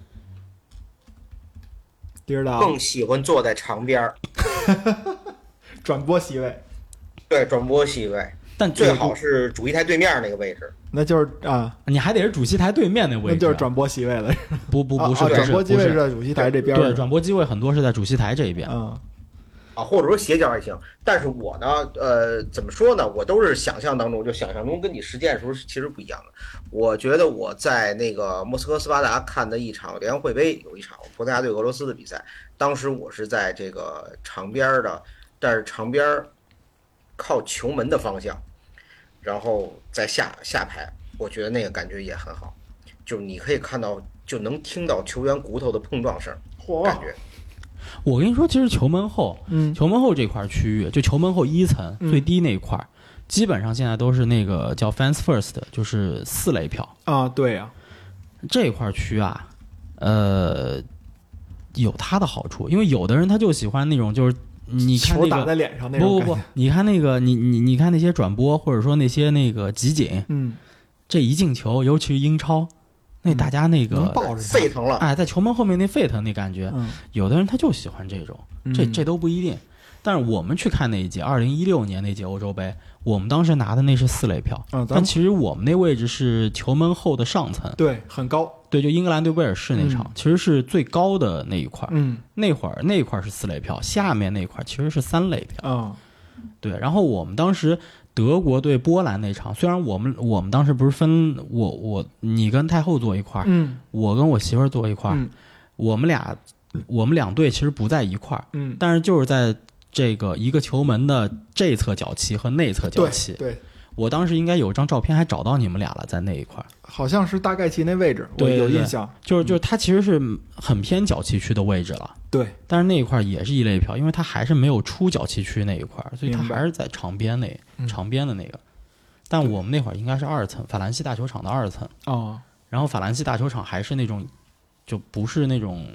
知道更喜欢坐在场边儿， 转播席位， 对，转播席位， 但最好是主席台对面那个位置。 那就是啊， 你还得是主席台对面那位置， 那就是转播席位了。 不不不是啊啊不是转播机位是不是在主席台这边对， 儿。 转播机位很多是在主席台这一边。 嗯啊，或者说斜角也行，但是我呢，呃，怎么说呢？我都是想象当中，就想象中跟你实践的时候其实不一样的。我觉得我在那个莫斯科斯巴达看的一场联合会杯，有一场葡萄牙对俄罗斯的比赛，当时我是在这个场边的，但是场边靠球门的方向，然后在下下排，我觉得那个感觉也很好，就是你可以看到，就能听到球员骨头的碰撞声，感觉。 我跟你说，其实球门后， 嗯球门后这块区域，就球门后一层嗯最低那一块，基本上现在都是那个叫 fans first，就是四类票。 啊，对呀、 这块区啊，呃，有它的好处，因为有的人他就喜欢那种，就是你看球打那个在脸上那种不不感觉。 不，你看那个你你你看那些转播，或者说那些那个集锦， 嗯， 这一进球，尤其是英超，那大家那个能抱着他沸腾了， 哎，在球门后面那沸腾那感觉， 嗯有的人他就喜欢这种，这嗯这都不一定。但是我们去看那一届，二零一六年那届欧洲杯，我们当时拿的那是四类票， 嗯，咱但其实我们那位置是球门后的上层， 对很高。 对，就英格兰对威尔士那场， 嗯其实是最高的那一块， 嗯那会儿那一块是四类票，下面那块其实是三类票， 啊对。然后我们当时德国对波兰那场，虽然我们我们当时不是分我我你跟太后坐一块儿， 嗯我跟我媳妇儿坐一块儿， 嗯我们俩我们两队其实不在一块儿， 嗯， 但是就是在这个一个球门的这侧角旗和内侧角对旗。 对， 我当时应该有张照片还找到你们俩了，在那一块儿， 好像是大概其那位置，我对对对有印象。 就是就是它其实是很偏角旗区的位置了。 对， 但是那一块也是一类票，因为它还是没有出角旗区那一块，所以它明白还是在长边那嗯长边的那个。但我们那会儿应该是二层，法兰西大球场的二层， 哦， 然后法兰西大球场还是那种，就不是那种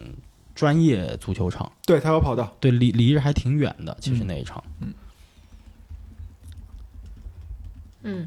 专业足球场， 对，它有跑道， 对，离离着还挺远的，其实那一场。 嗯嗯，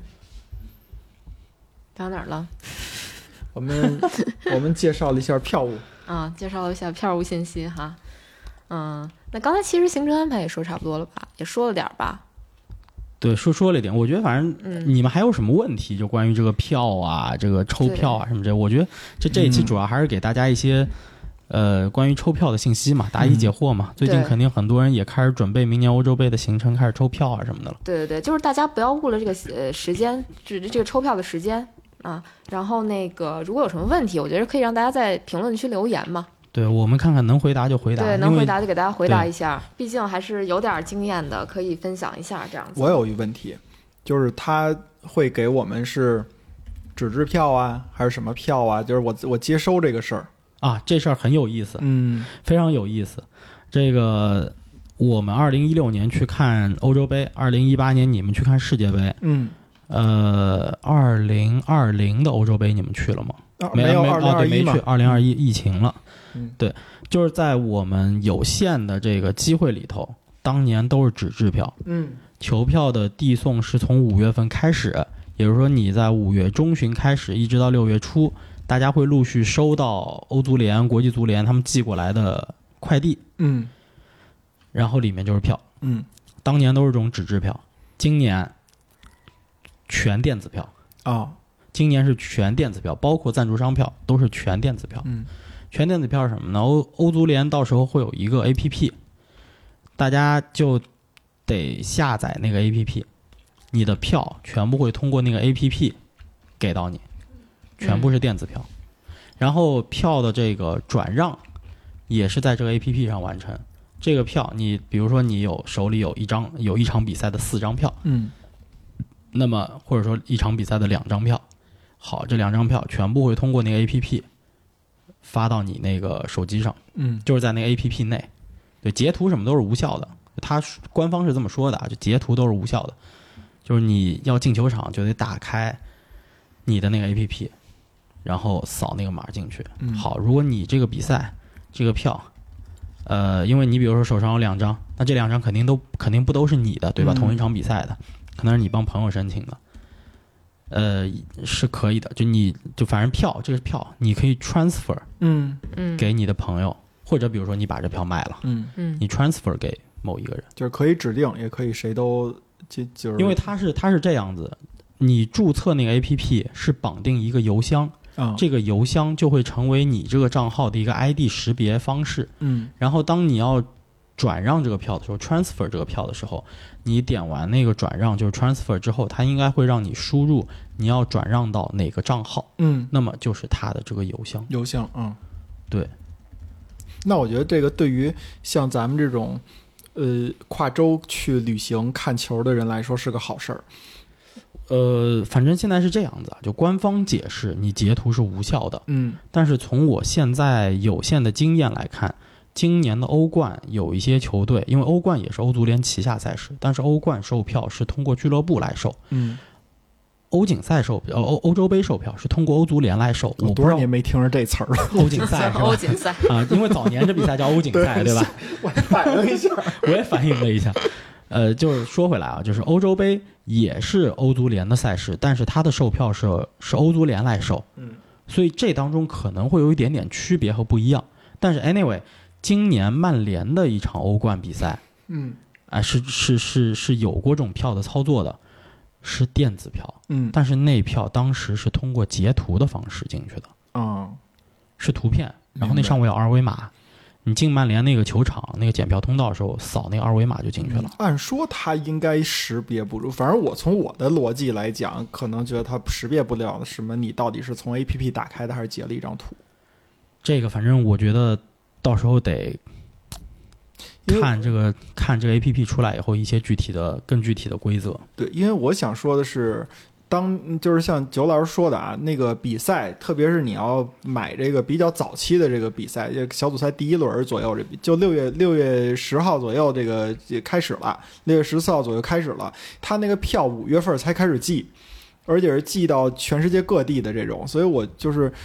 到哪儿了？ 我们我们介绍了一下票务啊，介绍了一下票务信息哈。嗯，那刚才其实行程安排也说差不多了吧，也说了点儿吧。 对，说说了一点，我觉得反正你们还有什么问题，就关于这个票啊，这个抽票啊什么这，我觉得这这一期主要还是给大家一些、嗯、呃关于抽票的信息嘛，答疑解惑嘛。嗯、最近肯定很多人也开始准备明年欧洲杯的行程，开始抽票啊什么的了。 对对对，就是大家不要误了这个呃时间，这这个抽票的时间啊。然后那个如果有什么问题，我觉得可以让大家在评论区留言嘛。 对，我们看看能回答就回答， 对，能回答就给大家回答一下，毕竟还是有点经验的，可以分享一下这样子。 我有一问题，就是他会给我们是纸质票啊，还是什么票啊？就是我我接收这个事儿啊，这事儿很有意思， 嗯， 非常有意思。这个我们二零一六年去看欧洲杯，二零一八年你们去看世界杯， 嗯， 呃，二零二零的欧洲杯你们去了吗？ 啊、 没有，二零二一没去，二零二一疫情了。 嗯， 对，就是在我们有限的这个机会里头，当年都是纸质票。 嗯， 球票的递送是从五月份开始，也就是说你在五月中旬开始，一直到六月初，大家会陆续收到欧足联、国际足联他们寄过来的快递。 嗯， 然后里面就是票。 嗯， 当年都是这种纸质票，今年全电子票啊、哦， 今年是全电子票，包括赞助商票都是全电子票。 嗯。 全电子票是什么呢？欧欧足联到时候会有一个 A P P， 大家就得下载那个 A P P， 你的票全部会通过那个 A P P 给到你，全部是电子票。嗯、然后票的这个转让也是在这个 A P P 上完成。这个票，你比如说你有手里有一张有一场比赛的四张票， 嗯， 那么或者说一场比赛的两张票，好，这两张票全部会通过那个 A P P。发到你那个手机上， 嗯， 就是在那个 A P P 内，对，截图什么都是无效的，他官方是这么说的啊，就截图都是无效的，就是你要进球场就得打开你的那个 A P P， 然后扫那个码进去。 嗯、 好，如果你这个比赛这个票，呃，因为你比如说手上有两张，那这两张肯定都肯定不都是你的，对吧？ 嗯、 同一场比赛的，可能是你帮朋友申请的。呃，是可以的，就你就反正票，这个票你可以 transfer， 嗯嗯， 给你的朋友，或者比如说你把这票卖了， 嗯嗯， 你 transfer 给某一个人， 就是可以指定，也可以谁都就就是， 因为它是它是这样子，你注册那个 A P P 是绑定一个邮箱， 啊、 这个邮箱就会成为你这个账号的一个 I D 识别方式， 嗯， 然后当你要转让这个票的时候 ，transfer 这个票的时候，你点完那个转让就是 transfer 之后，它应该会让你输入你要转让到哪个账号， 嗯， 那么就是它的这个邮箱。 邮箱，嗯， 对。 那我觉得这个对于像咱们这种呃跨州去旅行看球的人来说是个好事儿。 呃，反正现在是这样子，就官方解释你截图是无效的， 嗯， 但是从我现在有限的经验来看。今年的欧冠有一些球队，因为欧冠也是欧足联旗下赛事，但是欧冠售票是通过俱乐部来售， 嗯， 欧锦赛售票、欧欧洲杯售票是通过欧足联来售。我多少年没听着这词儿了， 欧锦赛是吧？ 欧锦赛啊，因为早年这比赛叫欧锦赛，对吧？ 我反应一下， 我也反应了一下。呃，就是说回来啊，就是欧洲杯也是欧足联的赛事，但是它的售票是是欧足联来售， 嗯， 所以这当中可能会有一点点区别和不一样。但是 anyway。今年曼联的一场欧冠比赛， 嗯， 啊、呃，是是是是有过这种票的操作的，是电子票， 嗯， 但是那票当时是通过截图的方式进去的， 啊、哦， 是图片，然后那上面有二维码，你进曼联那个球场那个检票通道的时候，扫那个二维码就进去了。 嗯、按说它应该识别不住，反正我从我的逻辑来讲，可能觉得它识别不了什么，你到底是从 A P P 打开的还是截了一张图。 这个反正我觉得。到时候得看这个看这个 A P P 出来以后一些具体的更具体的规则。 对，因为我想说的是，当就是像九老师说的啊，那个比赛，特别是你要买这个比较早期的这个比赛，小组赛第一轮左右，这就六月六月十号左右这个开始了，六月十四号左右开始了，他那个票五月份才开始寄，而且是寄到全世界各地的这种，所以我就是。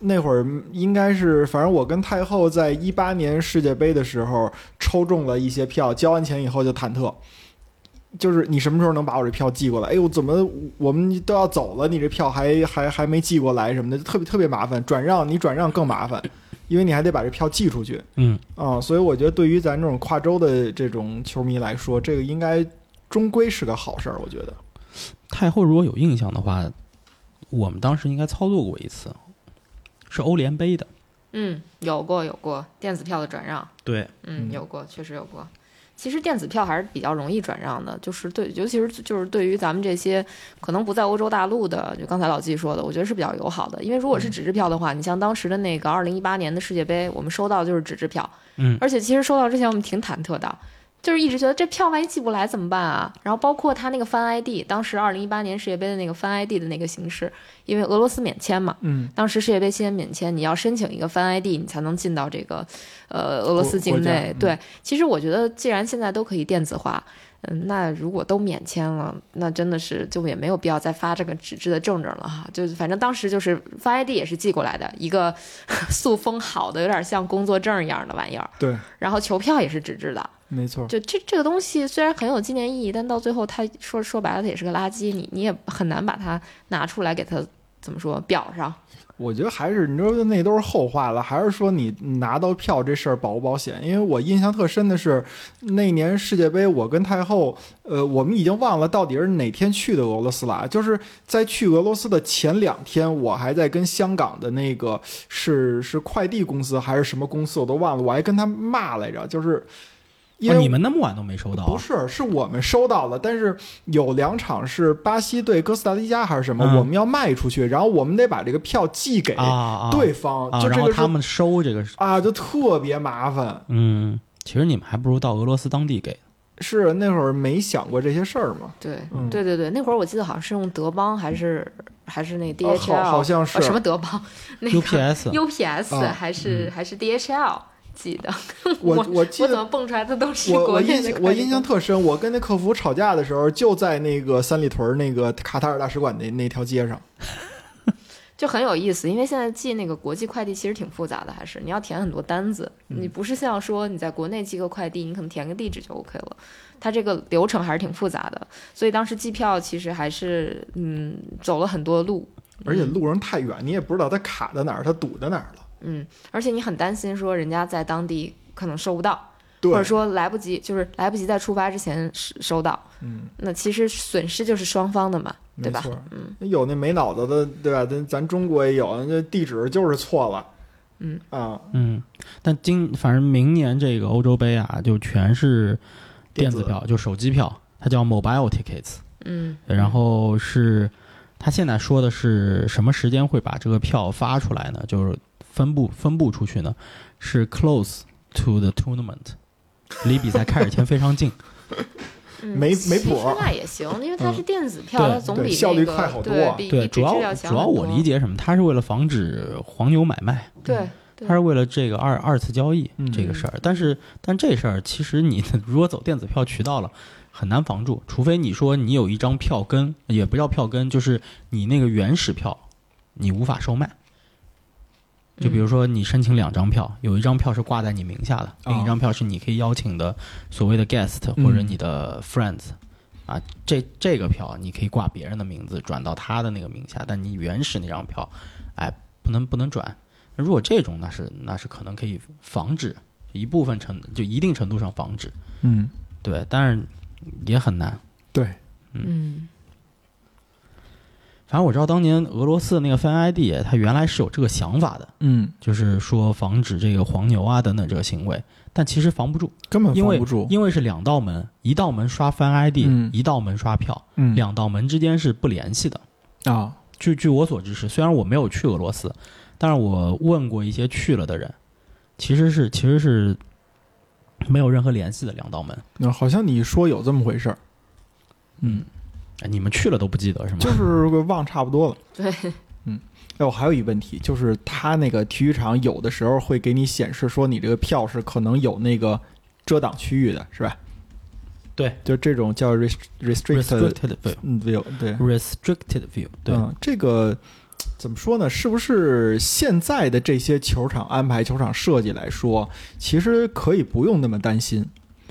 那会儿应该是，反正我跟太后在一八年世界杯的时候抽中了一些票，交完钱以后就忐忑，就是你什么时候能把我这票寄过来？哎呦，怎么我们都要走了，你这票还还还没寄过来什么的，特别特别麻烦。转让你转让更麻烦，因为你还得把这票寄出去。 嗯啊，所以我觉得对于咱这种跨州的这种球迷来说，这个应该终归是个好事儿。我觉得太后如果有印象的话，我们当时应该操作过一次，是欧联杯的。 嗯，有过有过电子票的转让， 对， 嗯，有过，确实有过。其实电子票还是比较容易转让的，就是对，尤其是就是对于咱们这些可能不在欧洲大陆的，就刚才老季说的，我觉得是比较友好的。因为如果是纸质票的话，你像当时的那个二零一八年的世界杯，我们收到就是纸质票， 嗯， 而且其实收到之前我们挺忐忑的。就是一直觉得这票万一寄不来怎么办啊？然后包括他那个翻 I D， 当时二零一八年世界杯的那个翻 I D 的那个形式，因为俄罗斯免签嘛， 嗯， 当时世界杯期间免签，你要申请一个翻 I D， 你才能进到这个呃俄罗斯境内。 嗯、 对，其实我觉得既然现在都可以电子化，嗯，那如果都免签了，那真的是就也没有必要再发这个纸质的证证了哈。就是反正当时就是翻 I D 也是寄过来的一个塑封好的，有点像工作证一样的玩意儿。 对， 然后球票也是纸质的。 没错， 就这这个东西虽然很有纪念意义，但到最后它说说白了它也是个垃圾，你你也很难把它拿出来给它怎么说表上。 我觉得还是你说那都是后话了，还是说你拿到票这事儿保不保险？因为我印象特深的是那年世界杯，我跟太后，呃，我们已经忘了到底是哪天去的俄罗斯了。就是在去俄罗斯的前两天，我还在跟香港的那个是是快递公司还是什么公司，我都忘了，我还跟他骂来着，就是。因为、 哦、你们那么晚都没收到、啊？ 不是，是我们收到了，但是有两场是巴西对哥斯达黎加还是什么、嗯，我们要卖出去，然后我们得把这个票寄给对方， 啊啊、 就这个然后他们收这个啊，就特别麻烦。 嗯，其实你们还不如到俄罗斯当地给。 是那会儿没想过这些事儿嘛？ 对、 嗯， 对对对，那会儿我记得好像是用德邦还是还是那个 D H L，、 啊、好, 好像是、 哦、什么德邦，那个 U P S U P S、啊、还是、嗯、还是 D H L。记得我我记得我怎么蹦出来的都是我国内的我印我印象特深，我跟那客服吵架的时候，就在那个三里屯那个卡塔尔大使馆那那条街上， 就很有意思。因为现在寄那个国际快递其实挺复杂的，还是你要填很多单子， 嗯、 你不是像说你在国内寄个快递，你可能填个地址就 OK 了，它这个流程还是挺复杂的。所以当时寄票其实还是嗯走了很多路， 而且路上太远，你也不知道它卡在哪儿，它堵在哪儿了。 嗯，而且你很担心说人家在当地可能收不到，或者说来不及，就是来不及在出发之前收到。 嗯， 那其实损失就是双方的嘛，对吧？嗯， 有那没脑子的，对吧？咱咱中国也有，那地址就是错了。 嗯啊嗯，但今反正明年这个欧洲杯啊，就全是电子票，就手机票，它叫 mobile tickets。 嗯， 然后是他现在说的是什么时间会把这个票发出来呢？就是分布分布出去呢，是 close to the tournament， 离比赛开始前非常近。 嗯、 没没谱， 现在也行，因为它是电子票， 嗯、 它总比、那个、 效率快好多。 对， 对，主要主要我理解什么，它是为了防止黄牛买卖。 对。 它是为了这个二二次交易这个事儿、嗯，但是但这事儿其实你如果走电子票渠道了，很难防住，除非你说你有一张票根，也不叫票根，就是你那个原始票，你无法售卖。就比如说你申请两张票，有一张票是挂在你名下的，另一张票是你可以邀请的所谓的 guest 或者你的 friends，、嗯、啊，这这个票你可以挂别人的名字转到他的那个名下，但你原始那张票，哎，不能不能转。如果这种那是那是可能可以防止一部分程就一定程度上防止， 嗯， 对，但是也很难， 对， 嗯。 反正我知道当年俄罗斯的那个 Fan I D， 它原来是有这个想法的， 嗯， 就是说防止这个黄牛啊等等这个行为，但其实防不住， 根本防不住， 因为因为是两道门，一道门刷 Fan I D，、嗯、一道门刷票， 嗯， 两道门之间是不联系的啊。 据据我所知是，虽然我没有去俄罗斯，但是我问过一些去了的人，其实是其实是没有任何联系的两道门。 那、嗯、好像你说有这么回事儿， 嗯。你们去了都不记得是吗？ 就是忘差不多了。 对， 嗯，哎，我还有一个问题，就是他那个体育场有的时候会给你显示说你这个票是可能有那个遮挡区域的，是吧？ 对， 就这种叫 restricted restricted view， 嗯 view， 对 restricted view， 对， 嗯，这个怎么说呢？是不是现在的这些球场安排、球场设计来说，其实可以不用那么担心？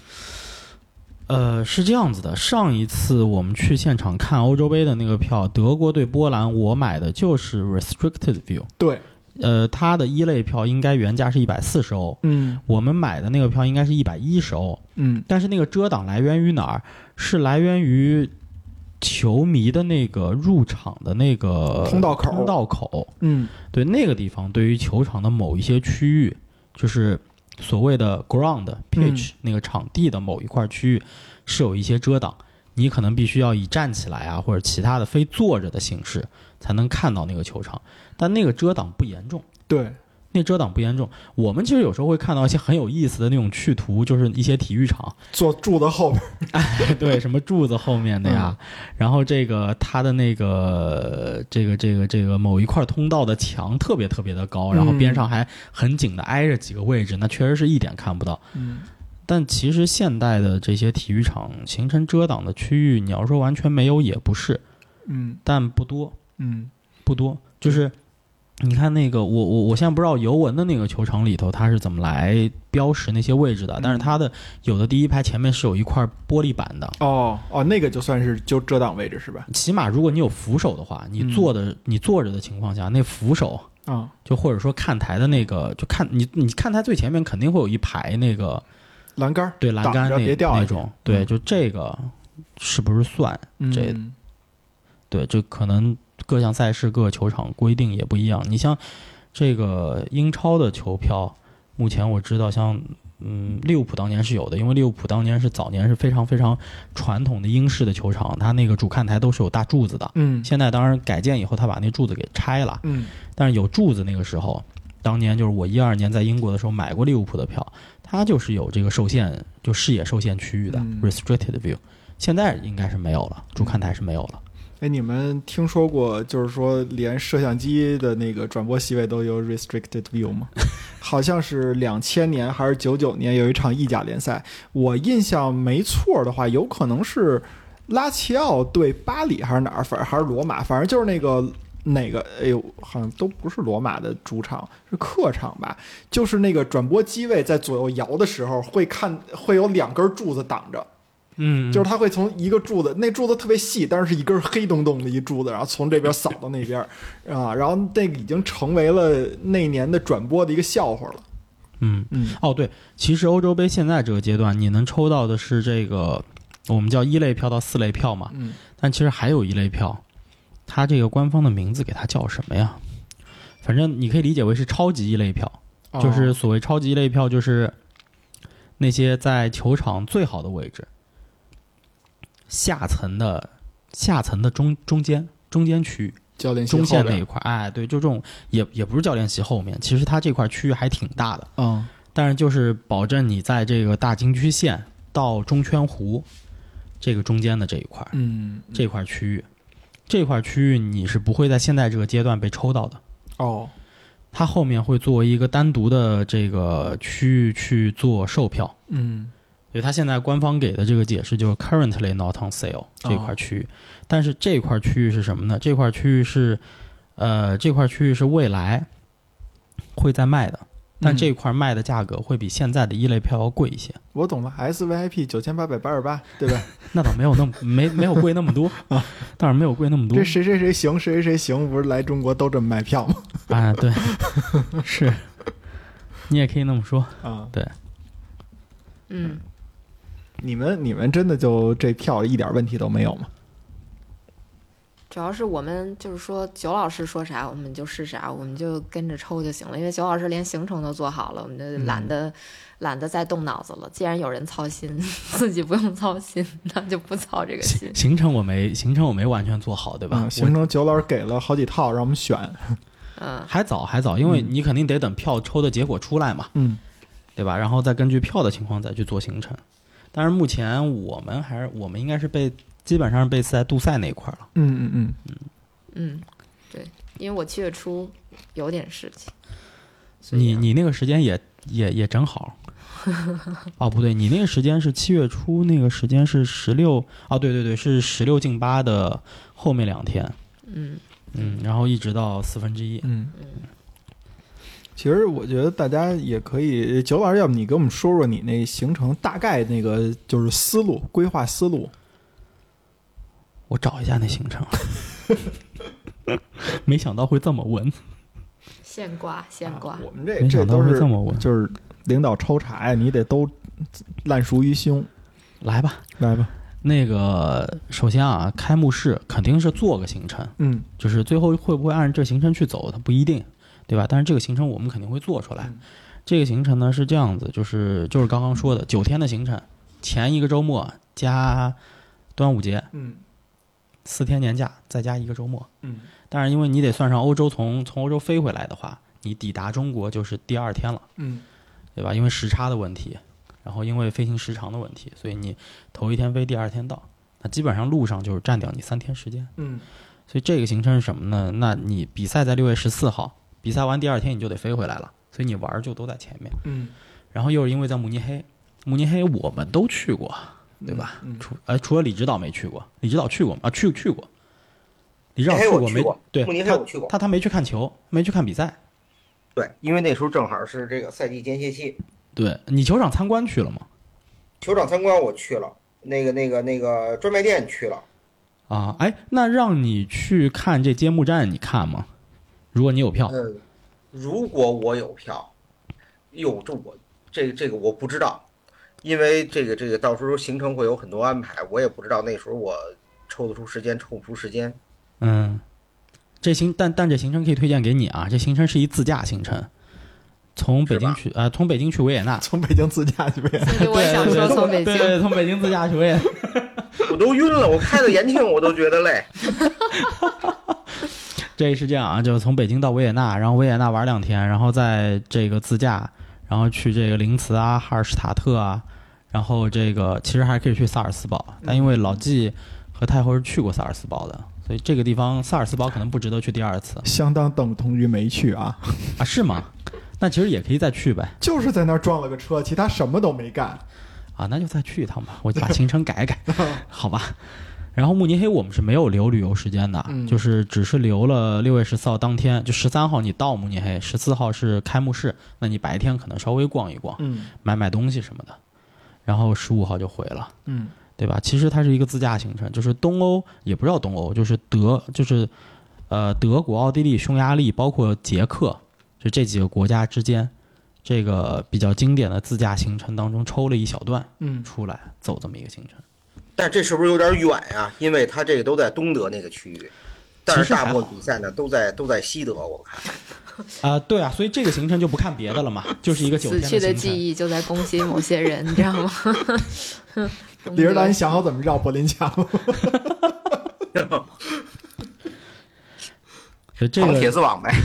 呃，是这样子的，上一次我们去现场看欧洲杯的那个票，德国对波兰，我买的就是 restricted view。 对， 呃，它的一类票应该原价是一百四十欧， 嗯， 我们买的那个票应该是一百一十欧， 嗯， 但是那个遮挡来源于哪儿？是来源于球迷的那个入场的那个通道口， 通道口， 嗯， 对，那个地方对于球场的某一些区域，就是所谓的 ground pitch、嗯、那个场地的某一块区域是有一些遮挡，你可能必须要以站起来啊或者其他的非坐着的形式才能看到那个球场，但那个遮挡不严重。 对， 那遮挡不严重。我们其实有时候会看到一些很有意思的那种去图，就是一些体育场坐柱子后边， 哎，对，什么柱子后面的呀，嗯、然后这个它的那个这个这个这个某一块通道的墙特别特别的高，然后边上还很紧的挨着几个位置，那确实是一点看不到。 嗯， 但其实现代的这些体育场形成遮挡的区域，你要说完全没有也不是， 嗯， 但不多， 嗯， 不多，就是。你看那个，我我我现在不知道尤文的那个球场里头它是怎么来标识那些位置的，但是它的有的第一排前面是有一块玻璃板的。 哦哦，那个就算是就遮挡位置是吧？ 起码如果你有扶手的话，你坐的、嗯、你坐着的情况下，那扶手啊， 就或者说看台的那个，就看你你看台最前面肯定会有一排那个栏杆， 对栏杆那别掉那种，对，就这个是不是算、嗯、这？对，就可能。各项赛事各个球场规定也不一样，你像这个英超的球票，目前我知道像嗯利物浦当年是有的，因为利物浦当年是早年是非常非常传统的英式的球场，它那个主看台都是有大柱子的， 嗯， 现在当然改建以后它把那柱子给拆了， 嗯， 但是有柱子那个时候，当年就是我一二年在英国的时候买过利物浦的票，它就是有这个受限就视野受限区域的、嗯、restricted view， 现在应该是没有了，主看台是没有了。 哎，你们听说过就是说连摄像机的那个转播席位都有 restricted view 吗？好像是两千年还是九九年有一场意甲联赛，我印象没错的话，有可能是拉齐奥对巴黎还是哪儿，反正还是罗马，反正就是那个哪个，哎呦，好像都不是罗马的主场，是客场吧？就是那个转播机位在左右摇的时候，会看会有两根柱子挡着。 嗯， 就是它会从一个柱子，那柱子特别细，但是是一根黑洞洞的一柱子，然后从这边扫到那边啊，然后那个已经成为了那年的转播的一个笑话了。 嗯嗯，哦对，其实欧洲杯现在这个阶段，你能抽到的是这个我们叫一类票到四类票嘛， 嗯， 但其实还有一类票，它这个官方的名字给它叫什么呀？反正你可以理解为是超级一类票， 哦、 就是所谓超级一类票，就是那些在球场最好的位置。下层的下层的中中间中间区域， 教练席中线那一块，哎，对，就这种也也不是教练席后面，其实它这块区域还挺大的， 嗯， 但是就是保证你在这个大禁区线到中圈弧这个中间的这一块， 嗯， 这块区域，这块区域你是不会在现在这个阶段被抽到的， 哦， 它后面会作为一个单独的这个区域去做售票， 嗯。 所以他现在官方给的这个解释就是 currently not on sale 这块区域、哦、但是这块区域是什么呢？这块区域是呃这块区域是未来会在卖的，但这块卖的价格会比现在的一类票要贵一些。 我懂了 ，S V I P 九千八百八十八，对吧？ 那倒没有那么没没有贵那么多啊，当然没有贵那么多。 这谁谁谁行，谁谁谁行，不是来中国都这么卖票吗？ 啊，对，是，你也可以那么说啊， 对， 嗯。 你们你们真的就这票一点问题都没有吗？ 主要是我们就是说九老师说啥我们就是啥，我们就跟着抽就行了，因为九老师连行程都做好了，我们就懒得、嗯、懒得再动脑子了。既然有人操心，自己不用操心，那就不操这个心。 行程我没行程我没完全做好，对吧？ 嗯、行程九老师给了好几套让我们选， 嗯， 还早还早，因为你肯定得等票抽的结果出来嘛， 嗯， 对吧？然后再根据票的情况再去做行程。但是目前我们还是我们应该是被基本上是被在杜塞那一块了。 嗯嗯嗯嗯嗯，对，因为我七月初有点事情。 你你那个时间也也也正好。哦，不对，你那个时间是七月初，那个时间是十六。哦，对对对，是十六进八的后面两天。 嗯， 嗯，然后一直到四分之一。 嗯，其实我觉得大家也可以，九老师，要不你给我们说说你那行程大概那个就是思路规划思路。 我找一下那行程，没想到会这么问。 现挂现挂、 啊，我们这没想到这都是会这么问， 就是领导抽查呀，你得都烂熟于胸。 来吧， 来吧。 那个首先啊，开幕式肯定是做个行程， 嗯， 就是最后会不会按这行程去走，它不一定，对吧？但是这个行程我们肯定会做出来。 嗯、 这个行程呢是这样子，就是就是刚刚说的九天的行程，前一个周末加端午节， 嗯， 四天年假再加一个周末， 嗯。 但是因为你得算上欧洲从从欧洲飞回来的话，你抵达中国就是第二天了， 嗯， 对吧？因为时差的问题。然后因为飞行时长的问题，所以你头一天飞，第二天到，那基本上路上就是占掉你三天时间。 嗯， 所以这个行程是什么呢？那你比赛在六月十四号，比赛完第二天你就得飞回来了，所以你玩就都在前面。 嗯， 然后又是因为在慕尼黑，慕尼黑我们都去过，对吧？ 嗯， 除呃除了李指导没去过，李指导去过吗？啊，去去过。李指导去过没？对， 慕尼黑我去过。 他他没去看球，没去看比赛。 对，因为那时候正好是这个赛季间歇期。 对，你球场参观去了吗？ 球场参观我去了，那个那个那个专卖店去了。 啊，哎，那让你去看这揭幕战，你看吗？如果你有票。 嗯，如果我有票，哟，这我这这个我不知道，因为这个这个到时候行程会有很多安排，我也不知道那时候我抽得出时间，抽不出时间。 嗯，这行但但这行程可以推荐给你啊，这行程是一自驾行程。从北京去，呃，从北京去维也纳， 从北京自驾去维也纳。 我也想说从北京， 对对，从北京自驾去维也纳， 我都晕了，我开到延庆我都觉得累。 这是这样啊，就是从北京到维也纳，然后维也纳玩两天，然后在这个自驾，然后去这个灵茨啊、哈尔施塔特啊，然后这个其实还可以去萨尔斯堡，但因为老纪和太后是去过萨尔斯堡的。所以这个地方萨尔斯堡可能不值得去第二次， 相当等同于没去啊。 啊，是吗？那其实也可以再去呗， 就是在那儿撞了个车，其他什么都没干啊，那就再去一趟吧，我就把行程改改，好吧。然后慕尼黑我们是没有留旅游时间的， 嗯、 就是只是留了六月十四号当天，就十三号你到慕尼黑，十四号是开幕式，那你白天可能稍微逛一逛， 嗯， 买买东西什么的，然后十五号就回了， 嗯， 对吧？其实它是一个自驾行程，就是东欧也不知道东欧，就是德，就是呃德国、奥地利、匈牙利，包括捷克。就这几个国家之间，这个比较经典的自驾行程当中抽了一小段， 嗯， 出来走这么一个行程。 但这是不是有点远呀、啊？因为它这个都在东德那个区域，但是大部分比赛呢都在都在西德，我看。 啊、呃，对啊，所以这个行程就不看别的了嘛，就是一个九天的行程。 死去的记忆就在攻击某些人，你知道吗？ 李指导，你想好怎么绕柏林墙了？ 这个铁丝网呗。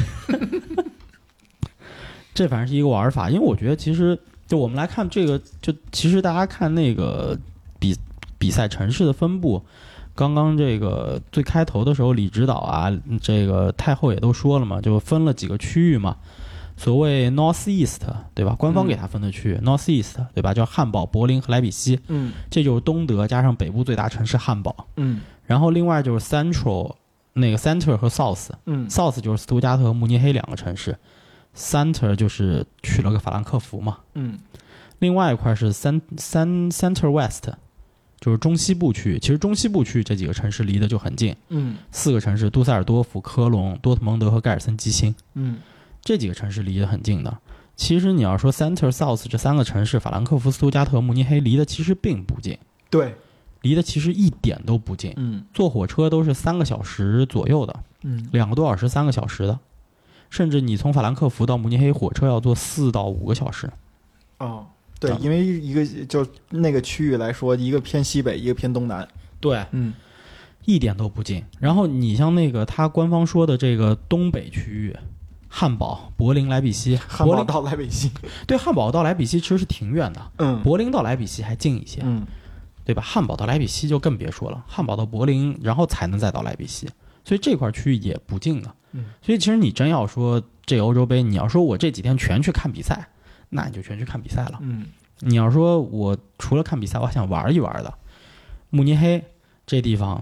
这反正是一个玩法，因为我觉得其实就我们来看这个，就其实大家看那个比比赛城市的分布，刚刚这个最开头的时候，李指导啊，这个太后也都说了嘛，就分了几个区域嘛。所谓 North East 对吧？官方给它分的区域、嗯、North East 对吧？叫汉堡、柏林和莱比锡。 嗯， 这就是东德加上北部最大城市汉堡。 嗯， 然后另外就是 Central 那个 Center 和 South。嗯 ，South 就是斯图加特和慕尼黑两个城市。Center 就是取了个法兰克福嘛， 嗯， 另外一块是三三 Center West， 就是中西部区域。其实中西部区域这几个城市离得就很近， 嗯， 四个城市：杜塞尔多夫、科隆、多特蒙德和盖尔森基兴， 嗯， 这几个城市离得很近的。其实你要说 Center South 这三个城市，法兰克福、斯图加特、慕尼黑离得其实并不近， 对， 离得其实一点都不近， 嗯， 坐火车都是三个小时左右的， 嗯， 两个多小时、三个小时的。甚至你从法兰克福到慕尼黑火车要坐四到五个小时。 哦，对，因为一个就那个区域来说，一个偏西北，一个偏东南。 对， 嗯， 一点都不近。然后你像那个他官方说的这个东北区域，汉堡、柏林、莱比锡。 汉堡到莱比锡， 对，汉堡到莱比锡其实是挺远的。 嗯， 柏林到莱比锡还近一些。 嗯， 对吧？汉堡到莱比锡就更别说了，汉堡到柏林，然后才能再到莱比锡。所以这块区域也不近的， 嗯， 所以其实你真要说这个欧洲杯，你要说我这几天全去看比赛，那你就全去看比赛了， 嗯， 你要说我除了看比赛，我还想玩一玩的，慕尼黑这地方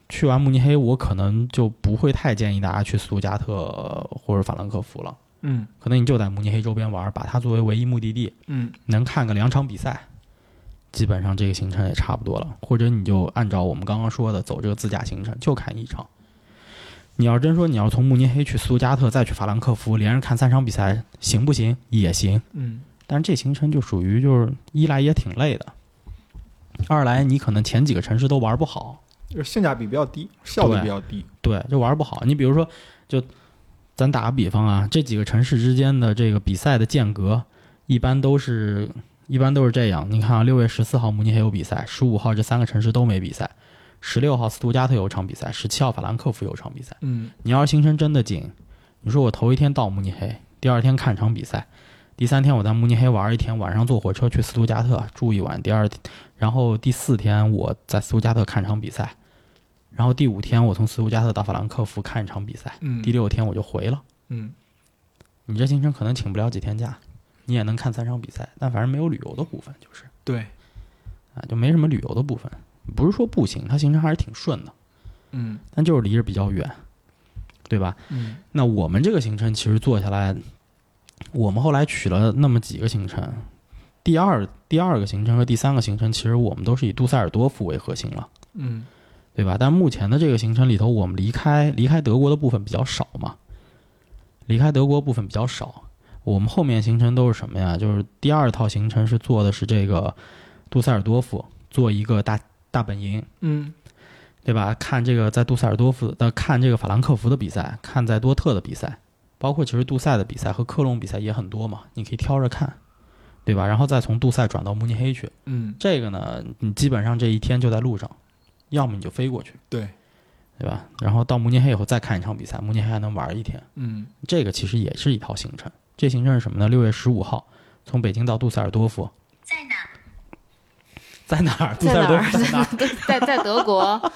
去完慕尼黑，我可能就不会太建议大家去斯图加特或者法兰克福了。 嗯， 可能你就在慕尼黑周边玩，把它作为唯一目的地， 嗯， 能看个两场比赛，基本上这个行程也差不多了。或者你就按照我们刚刚说的走这个自驾行程，就看一场。你要真说你要从慕尼黑去斯图加特再去法兰克福，连着看三场比赛，行不行？也行。 嗯， 但是这行程就属于就是一来也挺累的，二来你可能前几个城市都玩不好， 就是性价比比较低，效率比较低。 对，就玩不好。你比如说，就咱打个比方啊，这几个城市之间的这个比赛的间隔，一般都是一般都是这样。你看啊，六月十四号慕尼黑有比赛，十五号这三个城市都没比赛，十六号斯图加特有场比赛，十七号法兰克福有场比赛。 嗯， 你要是行程真的紧，你说我头一天到慕尼黑，第二天看场比赛，第三天我在慕尼黑玩一天，晚上坐火车去斯图加特住一晚，第二天，然后第四天我在斯图加特看场比赛。然后第五天我从斯图加特到法兰克福看一场比赛， 嗯， 第六天我就回了。 嗯， 你这行程可能请不了几天假，你也能看三场比赛，但反正没有旅游的部分，就是对， 啊，就没什么旅游的部分。不是说不行，它行程还是挺顺的， 嗯， 但就是离着比较远，对吧？ 嗯， 那我们这个行程其实做下来，我们后来取了那么几个行程，第二第二个行程和第三个行程，其实我们都是以杜塞尔多夫为核心了， 嗯， 对吧？但目前的这个行程里头，我们离开离开德国的部分比较少嘛，离开德国部分比较少。我们后面行程都是什么呀？就是第二套行程是做的是这个杜塞尔多夫做一个大大本营， 嗯， 对吧？看这个在杜塞尔多夫的，看这个法兰克福的比赛，看在多特的比赛，包括其实杜塞的比赛和科隆比赛也很多嘛，你可以挑着看，对吧？然后再从杜塞转到慕尼黑去， 嗯， 这个呢，你基本上这一天就在路上，要么你就飞过去， 对， 对吧？然后到慕尼黑以后再看一场比赛，慕尼黑还能玩一天， 嗯， 这个其实也是一套行程。这行程是什么呢？六月十五号从北京到杜塞尔多夫， 在哪？ 在哪儿？杜塞在哪儿？ 尔多夫在哪儿？ 在在德国，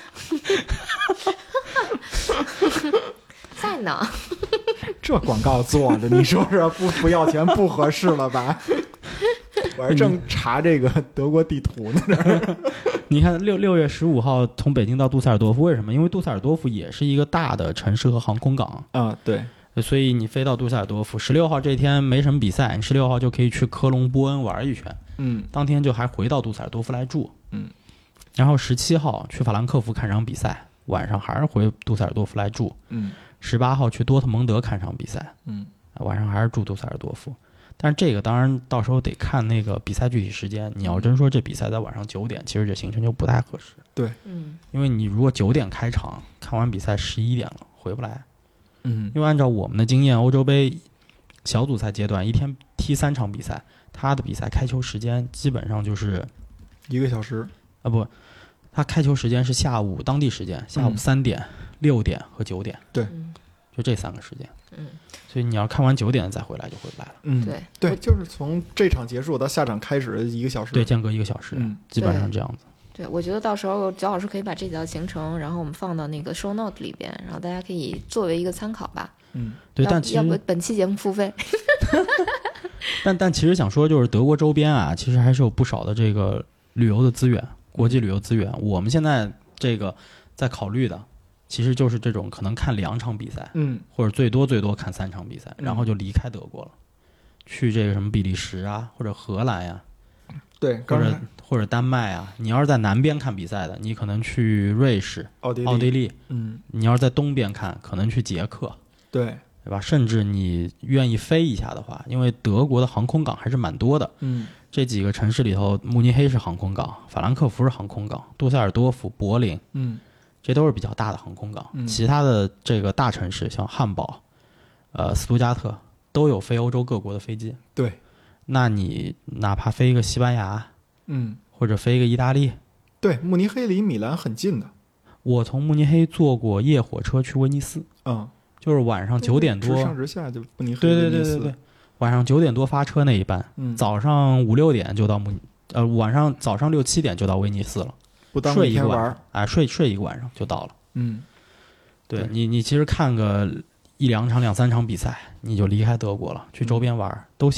在哪？ 这广告做的，你说说不不要钱不合适了吧？我还正查这个德国地图呢，这儿。 你看六六月十五号从北京到杜塞尔多夫，为什么？因为杜塞尔多夫也是一个大的城市和航空港啊，对， 所以你飞到杜塞尔多夫，十六号这天没什么比赛，你十六号就可以去科隆波恩玩一圈， 嗯， 当天就还回到杜塞尔多夫来住， 嗯， 然后十七号去法兰克福看场比赛，晚上还是回杜塞尔多夫来住， 嗯， 十八号去多特蒙德看场比赛， 嗯， 晚上还是住杜塞尔多夫。但是这个当然到时候得看那个比赛具体时间。你要真说这比赛在晚上九点，其实这行程就不太合适。 对， 嗯， 因为你如果九点开场，看完比赛十一点了，回不来。 嗯， 因为按照我们的经验，欧洲杯小组赛阶段一天踢三场比赛，他的比赛开球时间基本上就是一个小时啊不，他开球时间是下午当地时间，下午三点、六点和九点， 对， 就这三个时间。 嗯， 所以你要看完九点再回来就回不来了。 嗯， 对对，就是从这场结束到下场开始一个小时， 对，间隔一个小时， 嗯， 基本上这样子。 对，我觉得到时候焦老师可以把这条行程，然后我们放到那个 show note 里边，然后大家可以作为一个参考吧。 嗯， 对， 要但其要不实本期节目付费。 但但其实想说，就是德国周边啊，其实还是有不少的这个旅游的资源，国际旅游资源。我们现在这个在考虑的，其实就是这种可能看两场比赛， 嗯， 或者最多最多看三场比赛，然后就离开德国了，去这个什么比利时啊，或者荷兰呀、 对， 或者或者丹麦啊。你要是在南边看比赛的，你可能去瑞士、 奥地利， 奥地利； 嗯， 你要是在东边看，可能去捷克。 对， 对吧？甚至你愿意飞一下的话，因为德国的航空港还是蛮多的。 嗯， 这几个城市里头，慕尼黑是航空港，法兰克福是航空港，杜塞尔多夫、柏林， 嗯， 这都是比较大的航空港。 嗯， 其他的这个大城市，像汉堡、呃斯图加特，都有飞欧洲各国的飞机。 对， 那你哪怕飞一个西班牙， 嗯， 或者飞一个意大利， 对，慕尼黑离米兰很近的。 我从慕尼黑坐过夜火车去威尼斯， 嗯。 就是晚上九点多， 直上直下就慕尼黑。 对对对对对，晚上九点多发车那一班， 嗯， 早上五六点就到慕，呃，晚上早上六七点就到威尼斯了， 不当睡一个晚玩上，哎，睡睡一个晚上就到了。 嗯， 对, 对你，你其实看个一两场、两三场比赛，你就离开德国了，去周边玩、嗯、都行。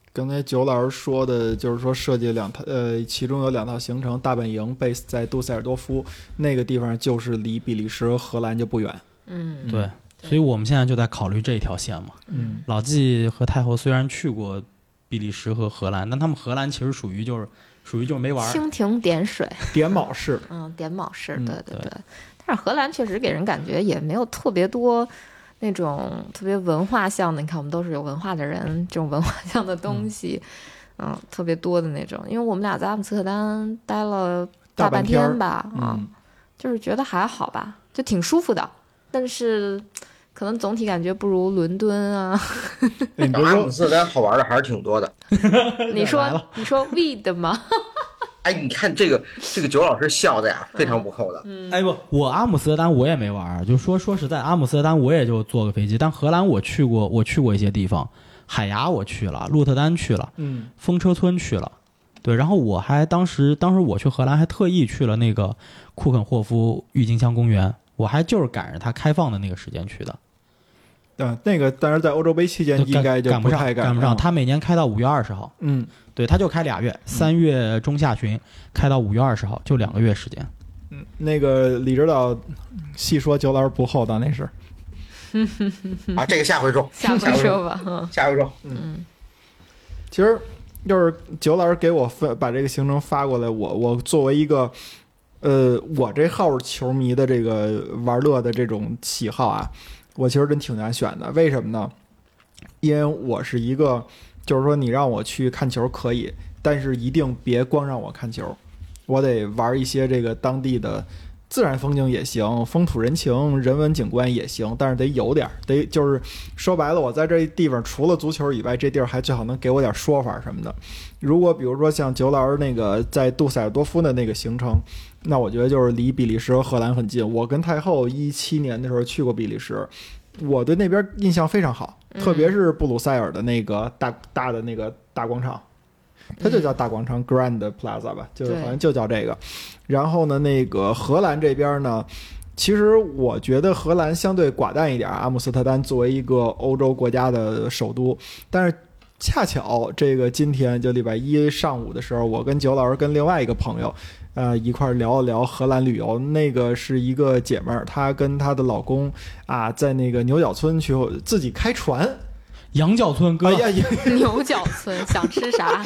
刚才九老师说的，就是说设计两套，呃，其中有两套行程，大本营 base 在杜塞尔多夫那个地方，就是离比利时和荷兰就不远。 嗯， 对，所以我们现在就在考虑这一条线嘛。 嗯， 老纪和太后虽然去过比利时和荷兰，但他们荷兰其实属于就是属于就是没玩， 蜻蜓点水， 点卯式， 嗯，点卯式， 嗯对对对。但是荷兰确实给人感觉也没有特别多那种特别文化向的，你看我们都是有文化的人，这种文化向的东西，嗯，嗯特别多的那种。因为我们俩在阿姆斯特丹待了大半天吧， 嗯、 啊，就是觉得还好吧，就挺舒服的，但是可能总体感觉不如伦敦啊。 哎你阿姆斯特丹好玩的还是挺多的。 你说你说 weed 吗？ 哎，你看这个这个九老师笑的呀，非常不厚道。 嗯， 哎不，我阿姆斯特丹我也没玩，就说说实在，阿姆斯特丹我也就坐个飞机，但荷兰我去过，我去过一些地方，海牙我去了，鹿特丹去了， 嗯， 风车村去了，对，然后我还当时当时我去荷兰还特意去了那个库肯霍夫郁金香公园，我还就是赶着它开放的那个时间去的。 嗯，那个但是在欧洲杯期间应该就赶不上， 太赶不上。他每年开到五月二十号， 嗯， 对，他就开俩月，三月中下旬开到五月二十号，就两个月时间。 嗯，那个李指导细说九老师不厚道那是。 啊，这个下回说， 下回说吧，嗯， 下回说。 嗯， 其实就是九老师给我分把这个行程发过来，我我作为一个呃我这号球迷的这个玩乐的这种喜好啊。我其实真挺难选的，为什么呢？因为我是一个，就是说你让我去看球可以，但是一定别光让我看球，我得玩一些这个当地的自然风景也行，风土人情、人文景观也行，但是得有点，得就是说白了，我在这地方除了足球以外，这地儿还最好能给我点说法什么的。如果比如说像九老师那个在杜塞尔多夫的那个行程，那我觉得就是离比利时和荷兰很近。我跟太后一七年的时候去过比利时，我对那边印象非常好，特别是布鲁塞尔的那个大大的那个大广场，它就叫大广场 Grand Plaza 吧，就是好像就叫这个。然后呢，那个荷兰这边呢，其实我觉得荷兰相对寡淡一点，阿姆斯特丹作为一个欧洲国家的首都，但是恰巧这个今天就礼拜一上午的时候，我跟九老师跟另外一个朋友呃，一块聊了聊荷兰旅游。那个是一个姐妹儿，她跟她的老公啊，在那个牛角村去自己开船。 羊角村哥， 哎呀， 牛角村想吃啥？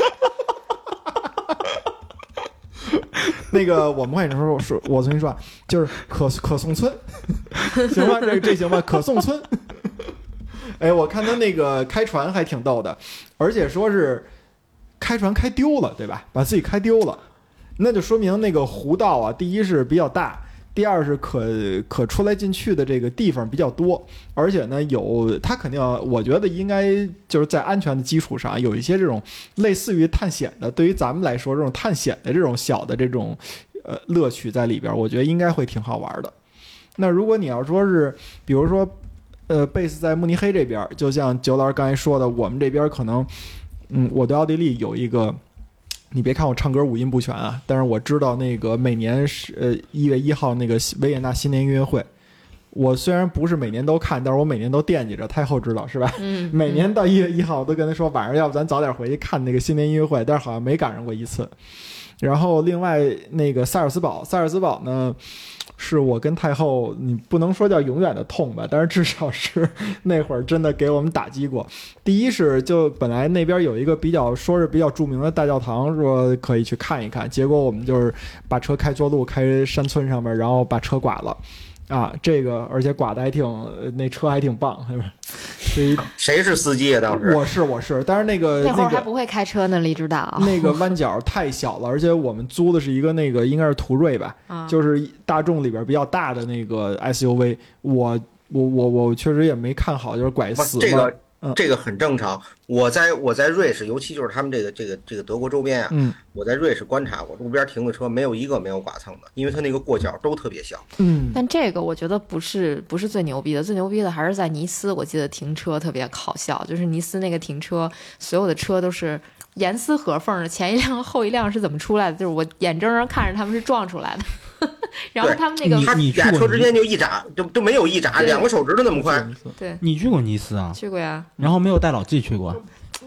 那个我们会说，说我重新说，就是可可颂村，行吧？这这行吧？可颂村。哎，我看他那个开船还挺逗的，而且说是开船开丢了，对吧？把自己开丢了。那就说明那个湖道啊，第一是比较大，第二是可可出来进去的这个地方比较多，而且呢有它肯定，我觉得应该就是在安全的基础上有一些这种类似于探险的，对于咱们来说这种探险的这种小的这种呃乐趣在里边，我觉得应该会挺好玩的。那如果你要说是比如说呃贝斯在慕尼黑这边，就像九老师刚才说的，我们这边可能嗯我对奥地利有一个，你别看我唱歌五音不全啊，但是我知道那个每年是呃一月一号那个维也纳新年音乐会，我虽然不是每年都看，但是我每年都惦记着。太后知道是吧？ 嗯， 每年到一月一号我都跟他说晚上要不咱早点回去看那个新年音乐会，但是好像没赶上过一次。然后另外那个萨尔斯堡，萨尔斯堡呢是我跟太后，你不能说叫永远的痛吧，但是至少是那会儿真的给我们打击过。第一是就本来那边有一个比较说是比较著名的大教堂，说可以去看一看，结果我们就是把车开错路，开山村上面，然后把车剐了。啊，这个而且剐的还挺，那车还挺棒，是吧？ 谁是司机啊？当时我是我是，但是那个那会儿还不会开车呢，李指导。 那个弯角太小了，而且我们租的是一个那个应该是途锐吧， 啊、 就是大众里边比较大的那个 S U V。我我我我确实也没看好，就是拐死这个。 嗯、 这个很正常。我在我在瑞士，尤其就是他们这个这个这个德国周边啊， 嗯， 我在瑞士观察过，路边停的车没有一个没有剐蹭的，因为它那个过角都特别小。 嗯， 但这个我觉得不是不是最牛逼的，最牛逼的还是在尼斯，我记得停车特别好笑，就是尼斯那个停车，所有的车都是严丝合缝的，前一辆后一辆是怎么出来的？就是我眼睁睁看着他们是撞出来的。然后他们那个他俩车之间就一眨，就都没有一眨，两个手指头那么快。 对， 你去过尼斯啊？ 去过呀。 然后没有带老纪去过。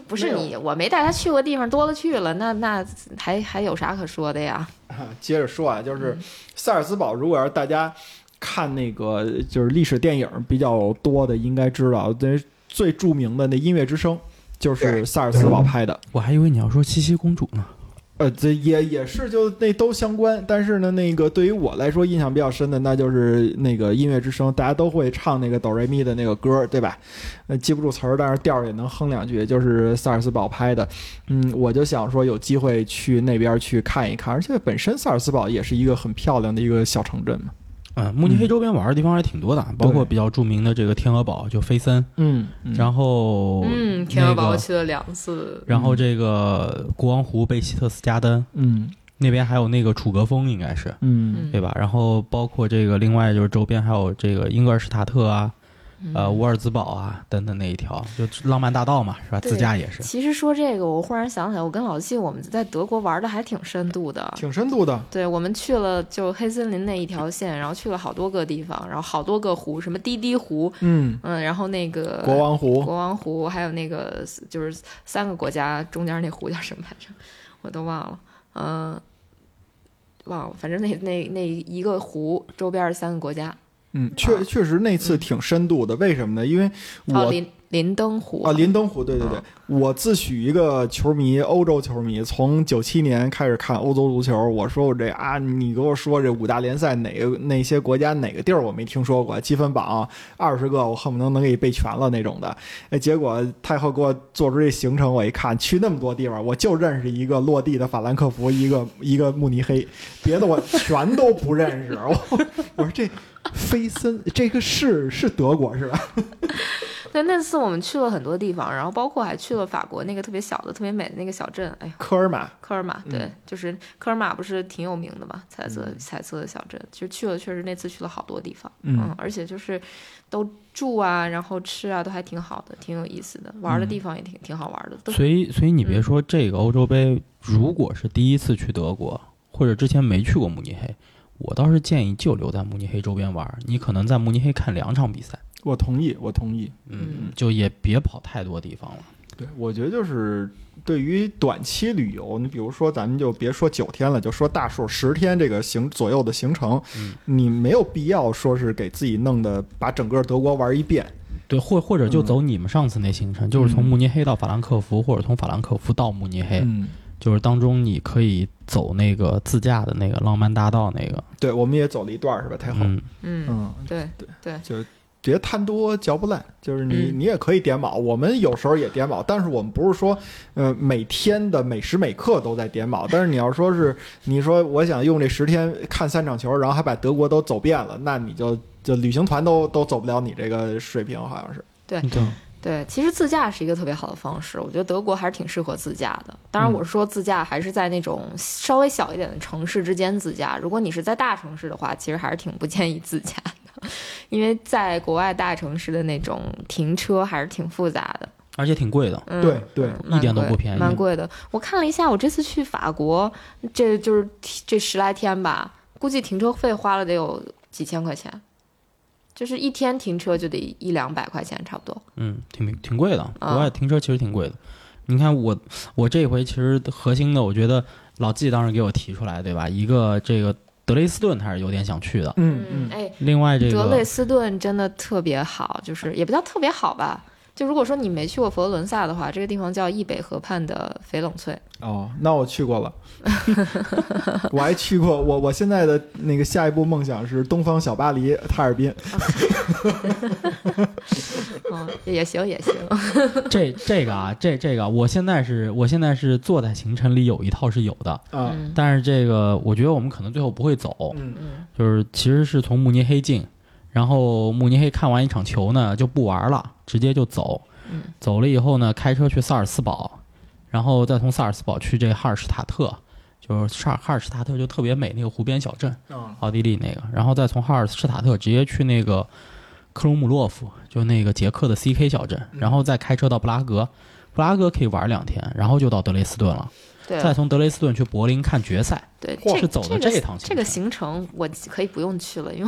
不是你，我没带他去过地方多了去了，那那还还有啥可说的呀？ 接着说啊，就是萨尔斯堡，如果要是大家看那个就是历史电影比较多的，应该知道，这最著名的那《音乐之声》就是萨尔斯堡拍的。 我还以为你要说七夕公主呢。 呃，这也也是，就那都相关。但是呢，那个对于我来说印象比较深的，那就是那个音乐之声，大家都会唱那个哆瑞咪的那个歌，对吧？呃，记不住词儿，但是调儿也能哼两句，就是萨尔斯堡拍的。嗯，我就想说有机会去那边去看一看，而且本身萨尔斯堡也是一个很漂亮的一个小城镇嘛。 嗯，慕尼黑周边玩的地方还挺多的，包括比较著名的这个天鹅堡，就菲森。嗯，然后嗯，天鹅堡去了两次。 然后这个国王湖贝希特斯加登， 嗯， 那边还有那个楚格峰，应该是， 嗯， 对吧？然后包括这个另外就是周边还有这个英格尔施塔特啊。呃，沃尔兹堡啊，等等那一条，就浪漫大道嘛，是吧？自驾也是。 其实说这个，我忽然想起来，我跟老季我们在德国玩的还挺深度的， 挺深度的。 对，我们去了就黑森林那一条线，然后去了好多个地方，然后好多个湖，什么滴滴湖， 嗯嗯，然后那个国王湖， 国王湖，还有那个就是三个国家中间那湖叫什么来着？我都忘了，嗯、呃，忘了，反正那那那一个湖周边是三个国家。 嗯，确确实那次挺深度的，为什么呢？因为我、 哦、林林登湖啊，林登湖，对对对，嗯、我自诩一个球迷，欧洲球迷，从九七年开始看欧洲足球。我说我这啊，你给我说这五大联赛哪个那些国家哪个地儿我没听说过，积分榜二十个我恨不能能给你背全了那种的。哎，结果太后给我做出这行程，我一看去那么多地方，我就认识一个落地的法兰克福，一个一个慕尼黑，别的我全都不认识。我我说这。菲森这个市是德国是吧？ 对，那次我们去了很多地方，然后包括还去了法国那个特别小的、特别美的那个小镇，哎呀， 科尔玛。 科尔玛，对， 嗯、 就是科尔玛，不是挺有名的嘛？彩色、嗯、彩色的小镇，就去了，确实那次去了好多地方，嗯，嗯而且就是都住啊，然后吃啊，都还挺好的，挺有意思的，玩的地方也挺、嗯、挺好玩的。 所以，所以你别说这个欧洲杯，如果是第一次去德国，或者之前没去过慕尼黑。我倒是建议就留在慕尼黑周边玩，你可能在慕尼黑看两场比赛。 我同意，我同意。 嗯，就也别跑太多地方了。 对，我觉得就是对于短期旅游，你比如说咱们就别说九天了，就说大数十天这个行左右的行程，嗯，你没有必要说是给自己弄的把整个德国玩一遍。 对，或或者就走你们上次那行程，嗯、就是从慕尼黑到法兰克福，或者从法兰克福到慕尼黑。 嗯。 就是当中你可以走那个自驾的那个浪漫大道那个， 对，我们也走了一段是吧？太后， 嗯嗯，对对对， 就别贪多嚼不烂，就是你、 嗯、 你也可以点卯，我们有时候也点卯，但是我们不是说呃每天的每时每刻都在点卯，但是你要说是你说我想用这十天看三场球，然后还把德国都走遍了，那你就就旅行团都都走不了你这个水平，好像是。 对。对，其实自驾是一个特别好的方式，我觉得德国还是挺适合自驾的。当然，我是说自驾还是在那种稍微小一点的城市之间自驾。如果你是在大城市的话，其实还是挺不建议自驾的，因为在国外大城市的那种停车还是挺复杂的， 而且挺贵的。 嗯、 对对， 一点都不便宜， 蛮贵的。我看了一下，我这次去法国，这就是这十来天吧，估计停车费花了得有几千块钱。就是一天停车就得一两百块钱，差不多。 嗯，挺挺贵的。国外停车其实挺贵的。嗯、你看我我这回其实核心的，我觉得老季当时给我提出来，对吧？一个这个德累斯顿还是有点想去的。 嗯嗯。 哎， 另外这个德累斯顿真的特别好，就是也不叫特别好吧。就如果说你没去过佛罗伦萨的话，这个地方叫易北河畔的翡冷翠。 哦，那我去过了，我还去过。我我现在的那个下一步梦想是东方小巴黎哈尔滨。 哦，也行也行。 这这个啊，这这个，我现在是我现在是坐在行程里有一套是有的啊， 嗯、 但是这个我觉得我们可能最后不会走。 嗯嗯， 就是其实是从慕尼黑进。然后慕尼黑看完一场球呢，就不玩了，直接就走。 嗯， 走了以后呢，开车去萨尔斯堡，然后再从萨尔斯堡去这哈尔施塔特，就是哈哈尔施塔特就特别美那个湖边小镇， 嗯、 奥地利那个。然后再从哈尔施塔特直接去那个克鲁姆洛夫，就那个捷克的 C K 小镇，然后再开车到布拉格，布拉格可以玩两天，然后就到德累斯顿了。 对， 再从德累斯顿去柏林看决赛。 对， 是走的这一趟行程。 这个行程我可以不用去了，因为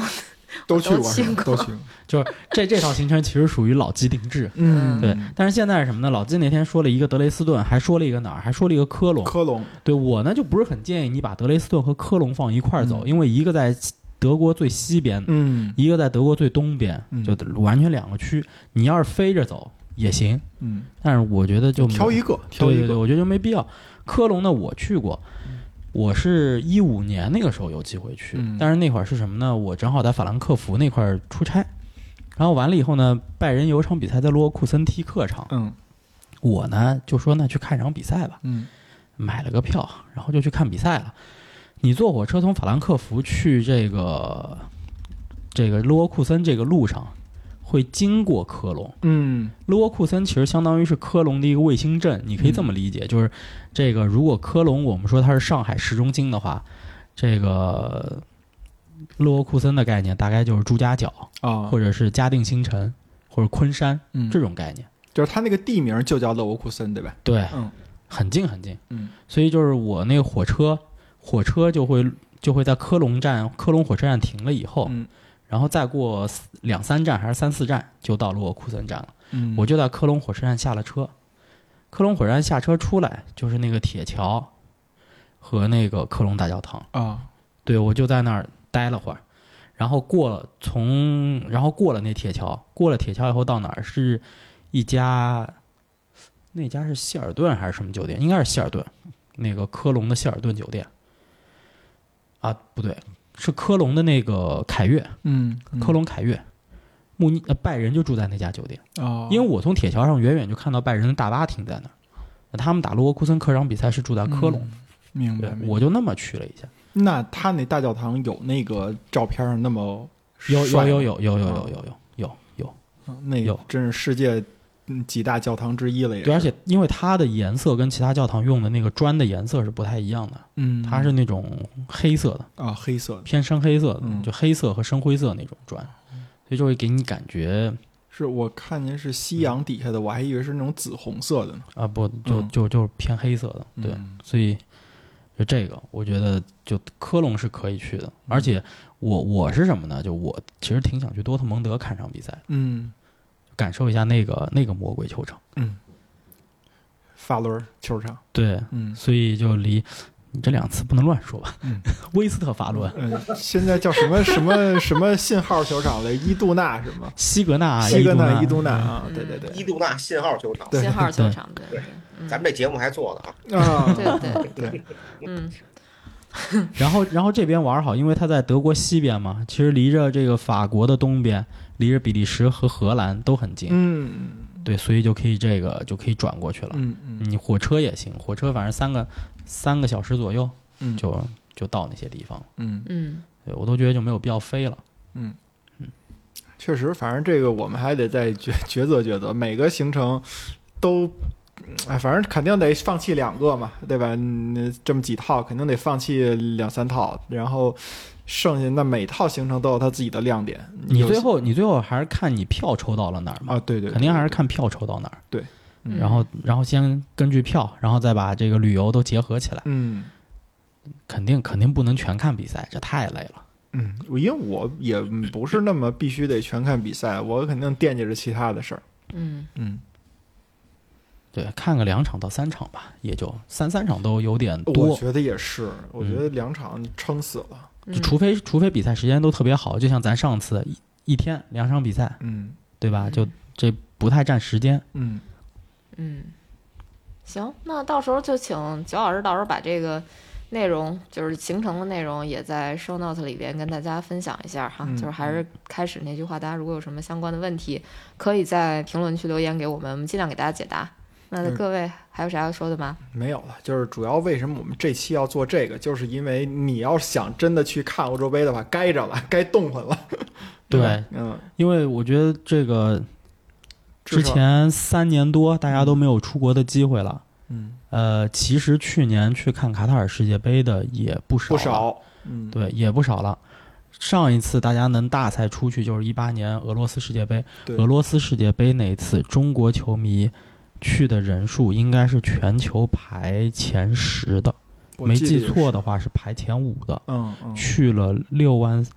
都去过， 都去过都去过。 就是这这套行程其实属于老纪定制。 嗯， 对，但是现在是什么呢？老纪那天说了一个德累斯顿，还说了一个哪儿？还说了一个科隆。 科隆， 对我呢就不是很建议你把德累斯顿和科隆放一块儿走， 嗯因为一个在德国最西边， 嗯一个在德国最东边， 嗯就完全两个区。你要是飞着走也行， 嗯， 但是我觉得就挑一个，挑一个， 对对对，我觉得就没必要。科隆呢，我去过，我是一五年那个时候有机会去， 嗯但是那会儿是什么呢？我正好在法兰克福那块儿出差，然后完了以后呢，拜仁有场比赛在洛沃库森踢客场， 嗯我呢就说那去看场比赛吧， 嗯买了个票，然后就去看比赛了。你坐火车从法兰克福去这个这个洛沃库森这个路上，会经过科隆。 嗯洛沃库森其实相当于是科隆的一个卫星镇，你可以这么理解，就是这个如果科隆我们说它是上海市中心的话，这个洛沃库森的概念大概就是朱家角啊， 或者是嘉定新城或者昆山嗯这种概念。 就是它那个地名就叫勒沃库森，对吧？ 对， 嗯很近很近。 嗯所以就是我那个火车，火车就会就会在科隆站，科隆火车站停了以后， 嗯然后再过两三站还是三四站就到洛沃库森站了。 嗯， 我就在科隆火车站下了车，科隆火车站下车出来就是那个铁桥和那个科隆大教堂。 啊， 对，我就在那儿待了会儿，然后过了从然后过了那铁桥，过了铁桥以后到哪儿是一家，那家是希尔顿还是什么酒店？应该是希尔顿，那个科隆的希尔顿酒店。啊，不对，是科隆的那个凯悦， 嗯， 科隆凯悦。慕尼呃拜仁就住在那家酒店， 啊， 因为我从铁桥上远远就看到拜仁的大巴停在那儿。那他们打洛沃库森客场比赛是住在科隆，对明白，明白我就那么去了一下。 那他那大教堂有那个照片上那么有帅吗有有有有有有有有有有， 嗯那有真是世界嗯几大教堂之一了，也对， 是而且因为它的颜色跟其他教堂用的那个砖的颜色是不太一样的， 嗯， 它是那种黑色的， 啊黑色的， 偏深黑色的， 嗯就黑色和深灰色那种砖，所以就会给你感觉是我看见是夕阳底下的，我还以为是那种紫红色的呢。 啊不就嗯就就是偏黑色的，对， 嗯所以就这个我觉得就科隆是可以去的， 嗯而且我我是什么呢？就我其实挺想去多特蒙德看场比赛， 嗯感受一下那个那个魔鬼球场。 嗯，法伦球场， 对， 嗯所以就离你这两个词不能乱说吧？ 嗯， 威斯特法伦、 嗯，现在叫什么什么什么信号球场了？伊杜纳是吗？ 西格纳、 西格纳、伊伊杜杜纳啊， 嗯对对对伊杜纳信号球场， 对信号球场，对对对，嗯咱们这节目还做呢啊。 啊， 对对对， 嗯然后，然后这边玩好，因为它在德国西边嘛，其实离着这个法国的东边，离着比利时和荷兰都很近。 嗯对，所以就可以这个就可以转过去了。 嗯嗯你火车也行，火车反正三个三个小时左右嗯， 就就到那些地方了。 嗯嗯对我都觉得就没有必要飞了。 嗯嗯，确实，反正这个我们还得再抉抉择抉择，每个行程都。哎，反正肯定得放弃两个嘛，对吧？嗯，这么几套肯定得放弃两三套，然后剩下那每套行程都有它自己的亮点。有你最后你最后还是看你票抽到了哪儿嘛？ 啊，对对，对肯定还是看票抽到哪儿。 对， 嗯然后然后先根据票，然后再把这个旅游都结合起来。 嗯肯定肯定不能全看比赛，这太累了。 嗯，因为我也不是那么必须得全看比赛，我肯定惦记着其他的事儿。 嗯嗯， 对，看个两场到三场吧，也就三三场都有点我多。 觉得也是，我觉得两场撑死了。 嗯就除非除非比赛时间都特别好，就像咱上次一一天两场比赛， 嗯对吧？就这不太占时间。 嗯嗯，行，那到时候就请九老师到时候把这个内容，就是行程的内容，也在 show note 里边跟大家分享一下哈。 嗯就是还是开始那句话，大家如果有什么相关的问题，可以在评论区留言给我们，我们尽量给大家解答。那嗯各位还有啥要说的吗？ 没有了，就是主要为什么我们这期要做这个，就是因为你要想真的去看欧洲杯的话，该着了，该动换了。 对吧嗯， 因为我觉得这个之至少前三年多大家都没有出国的机会了。 嗯呃，其实去年去看卡塔尔世界杯的也不少， 不少，嗯， 对，也不少了。上一次大家能大赛出去就是一八年俄罗斯世界杯， 对俄罗斯世界杯那一次，中国球迷去的人数应该是全球排前十的，没记我记得也是错的话是排前五的， 嗯嗯去了六万，啊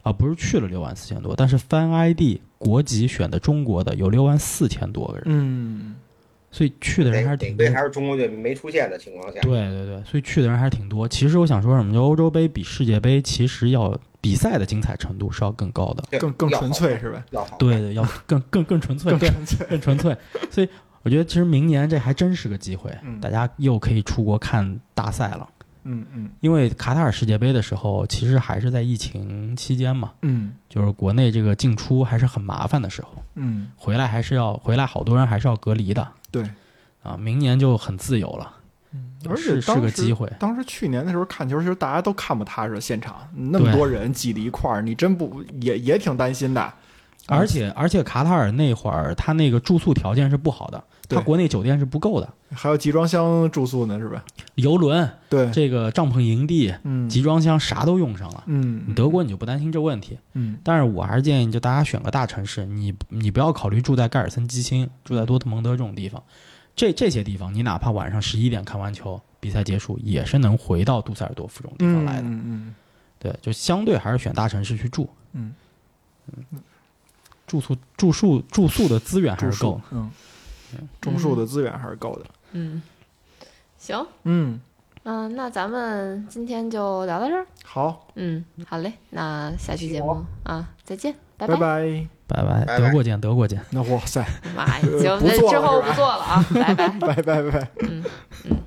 啊，不是去了六万四千多，但是翻 I D 国籍选的中国的有六万四千多个人， 嗯， 所以去的人还是挺多对，还是中国队没出现的情况下， 对对对，所以去的人还是挺多。其实我想说什么，就欧洲杯比世界杯其实要比赛的精彩程度是要更高的， 更更纯粹是吧？ 要好， 对对，要更更更纯粹， 更纯粹， 更纯粹。所以我觉得其实明年这还真是个机会， 嗯、 大家又可以出国看大赛了。 嗯嗯， 因为卡塔尔世界杯的时候，其实还是在疫情期间嘛， 嗯， 就是国内这个进出还是很麻烦的时候， 嗯， 回来还是要回来，好多人还是要隔离的。 对， 啊，明年就很自由了， 嗯，而且是是个机会。 当时去年的时候看球，其实大家都看不踏实，现场那么多人挤在一块儿，你真不也也挺担心的。 而且而且卡塔尔那会儿他那个住宿条件是不好的，他国内酒店是不够的， 还有集装箱住宿呢，是吧？ 游轮， 对， 这个帐篷营地， 嗯， 集装箱啥都用上了。 嗯， 你德国你就不担心这问题， 嗯， 但是我还是建议就大家选个大城市，你你不要考虑住在盖尔森基钦，住在多特蒙德这种地方，这这些地方你哪怕晚上十一点看完球，比赛结束也是能回到杜塞尔多夫这种地方来的。 嗯嗯， 对，就相对还是选大城市去住。 嗯嗯。住宿、住宿、住宿的资源还是够， 嗯，住宿的资源还是够的， 嗯，行， 嗯嗯、呃，那咱们今天就聊到这儿。 好， 嗯，好嘞，那下期节目啊，再见，拜拜拜， 拜拜，德国见，德国见。 那哇塞， 妈呀，行， 不做了之后不做了啊，拜拜， 拜拜拜拜， 嗯嗯。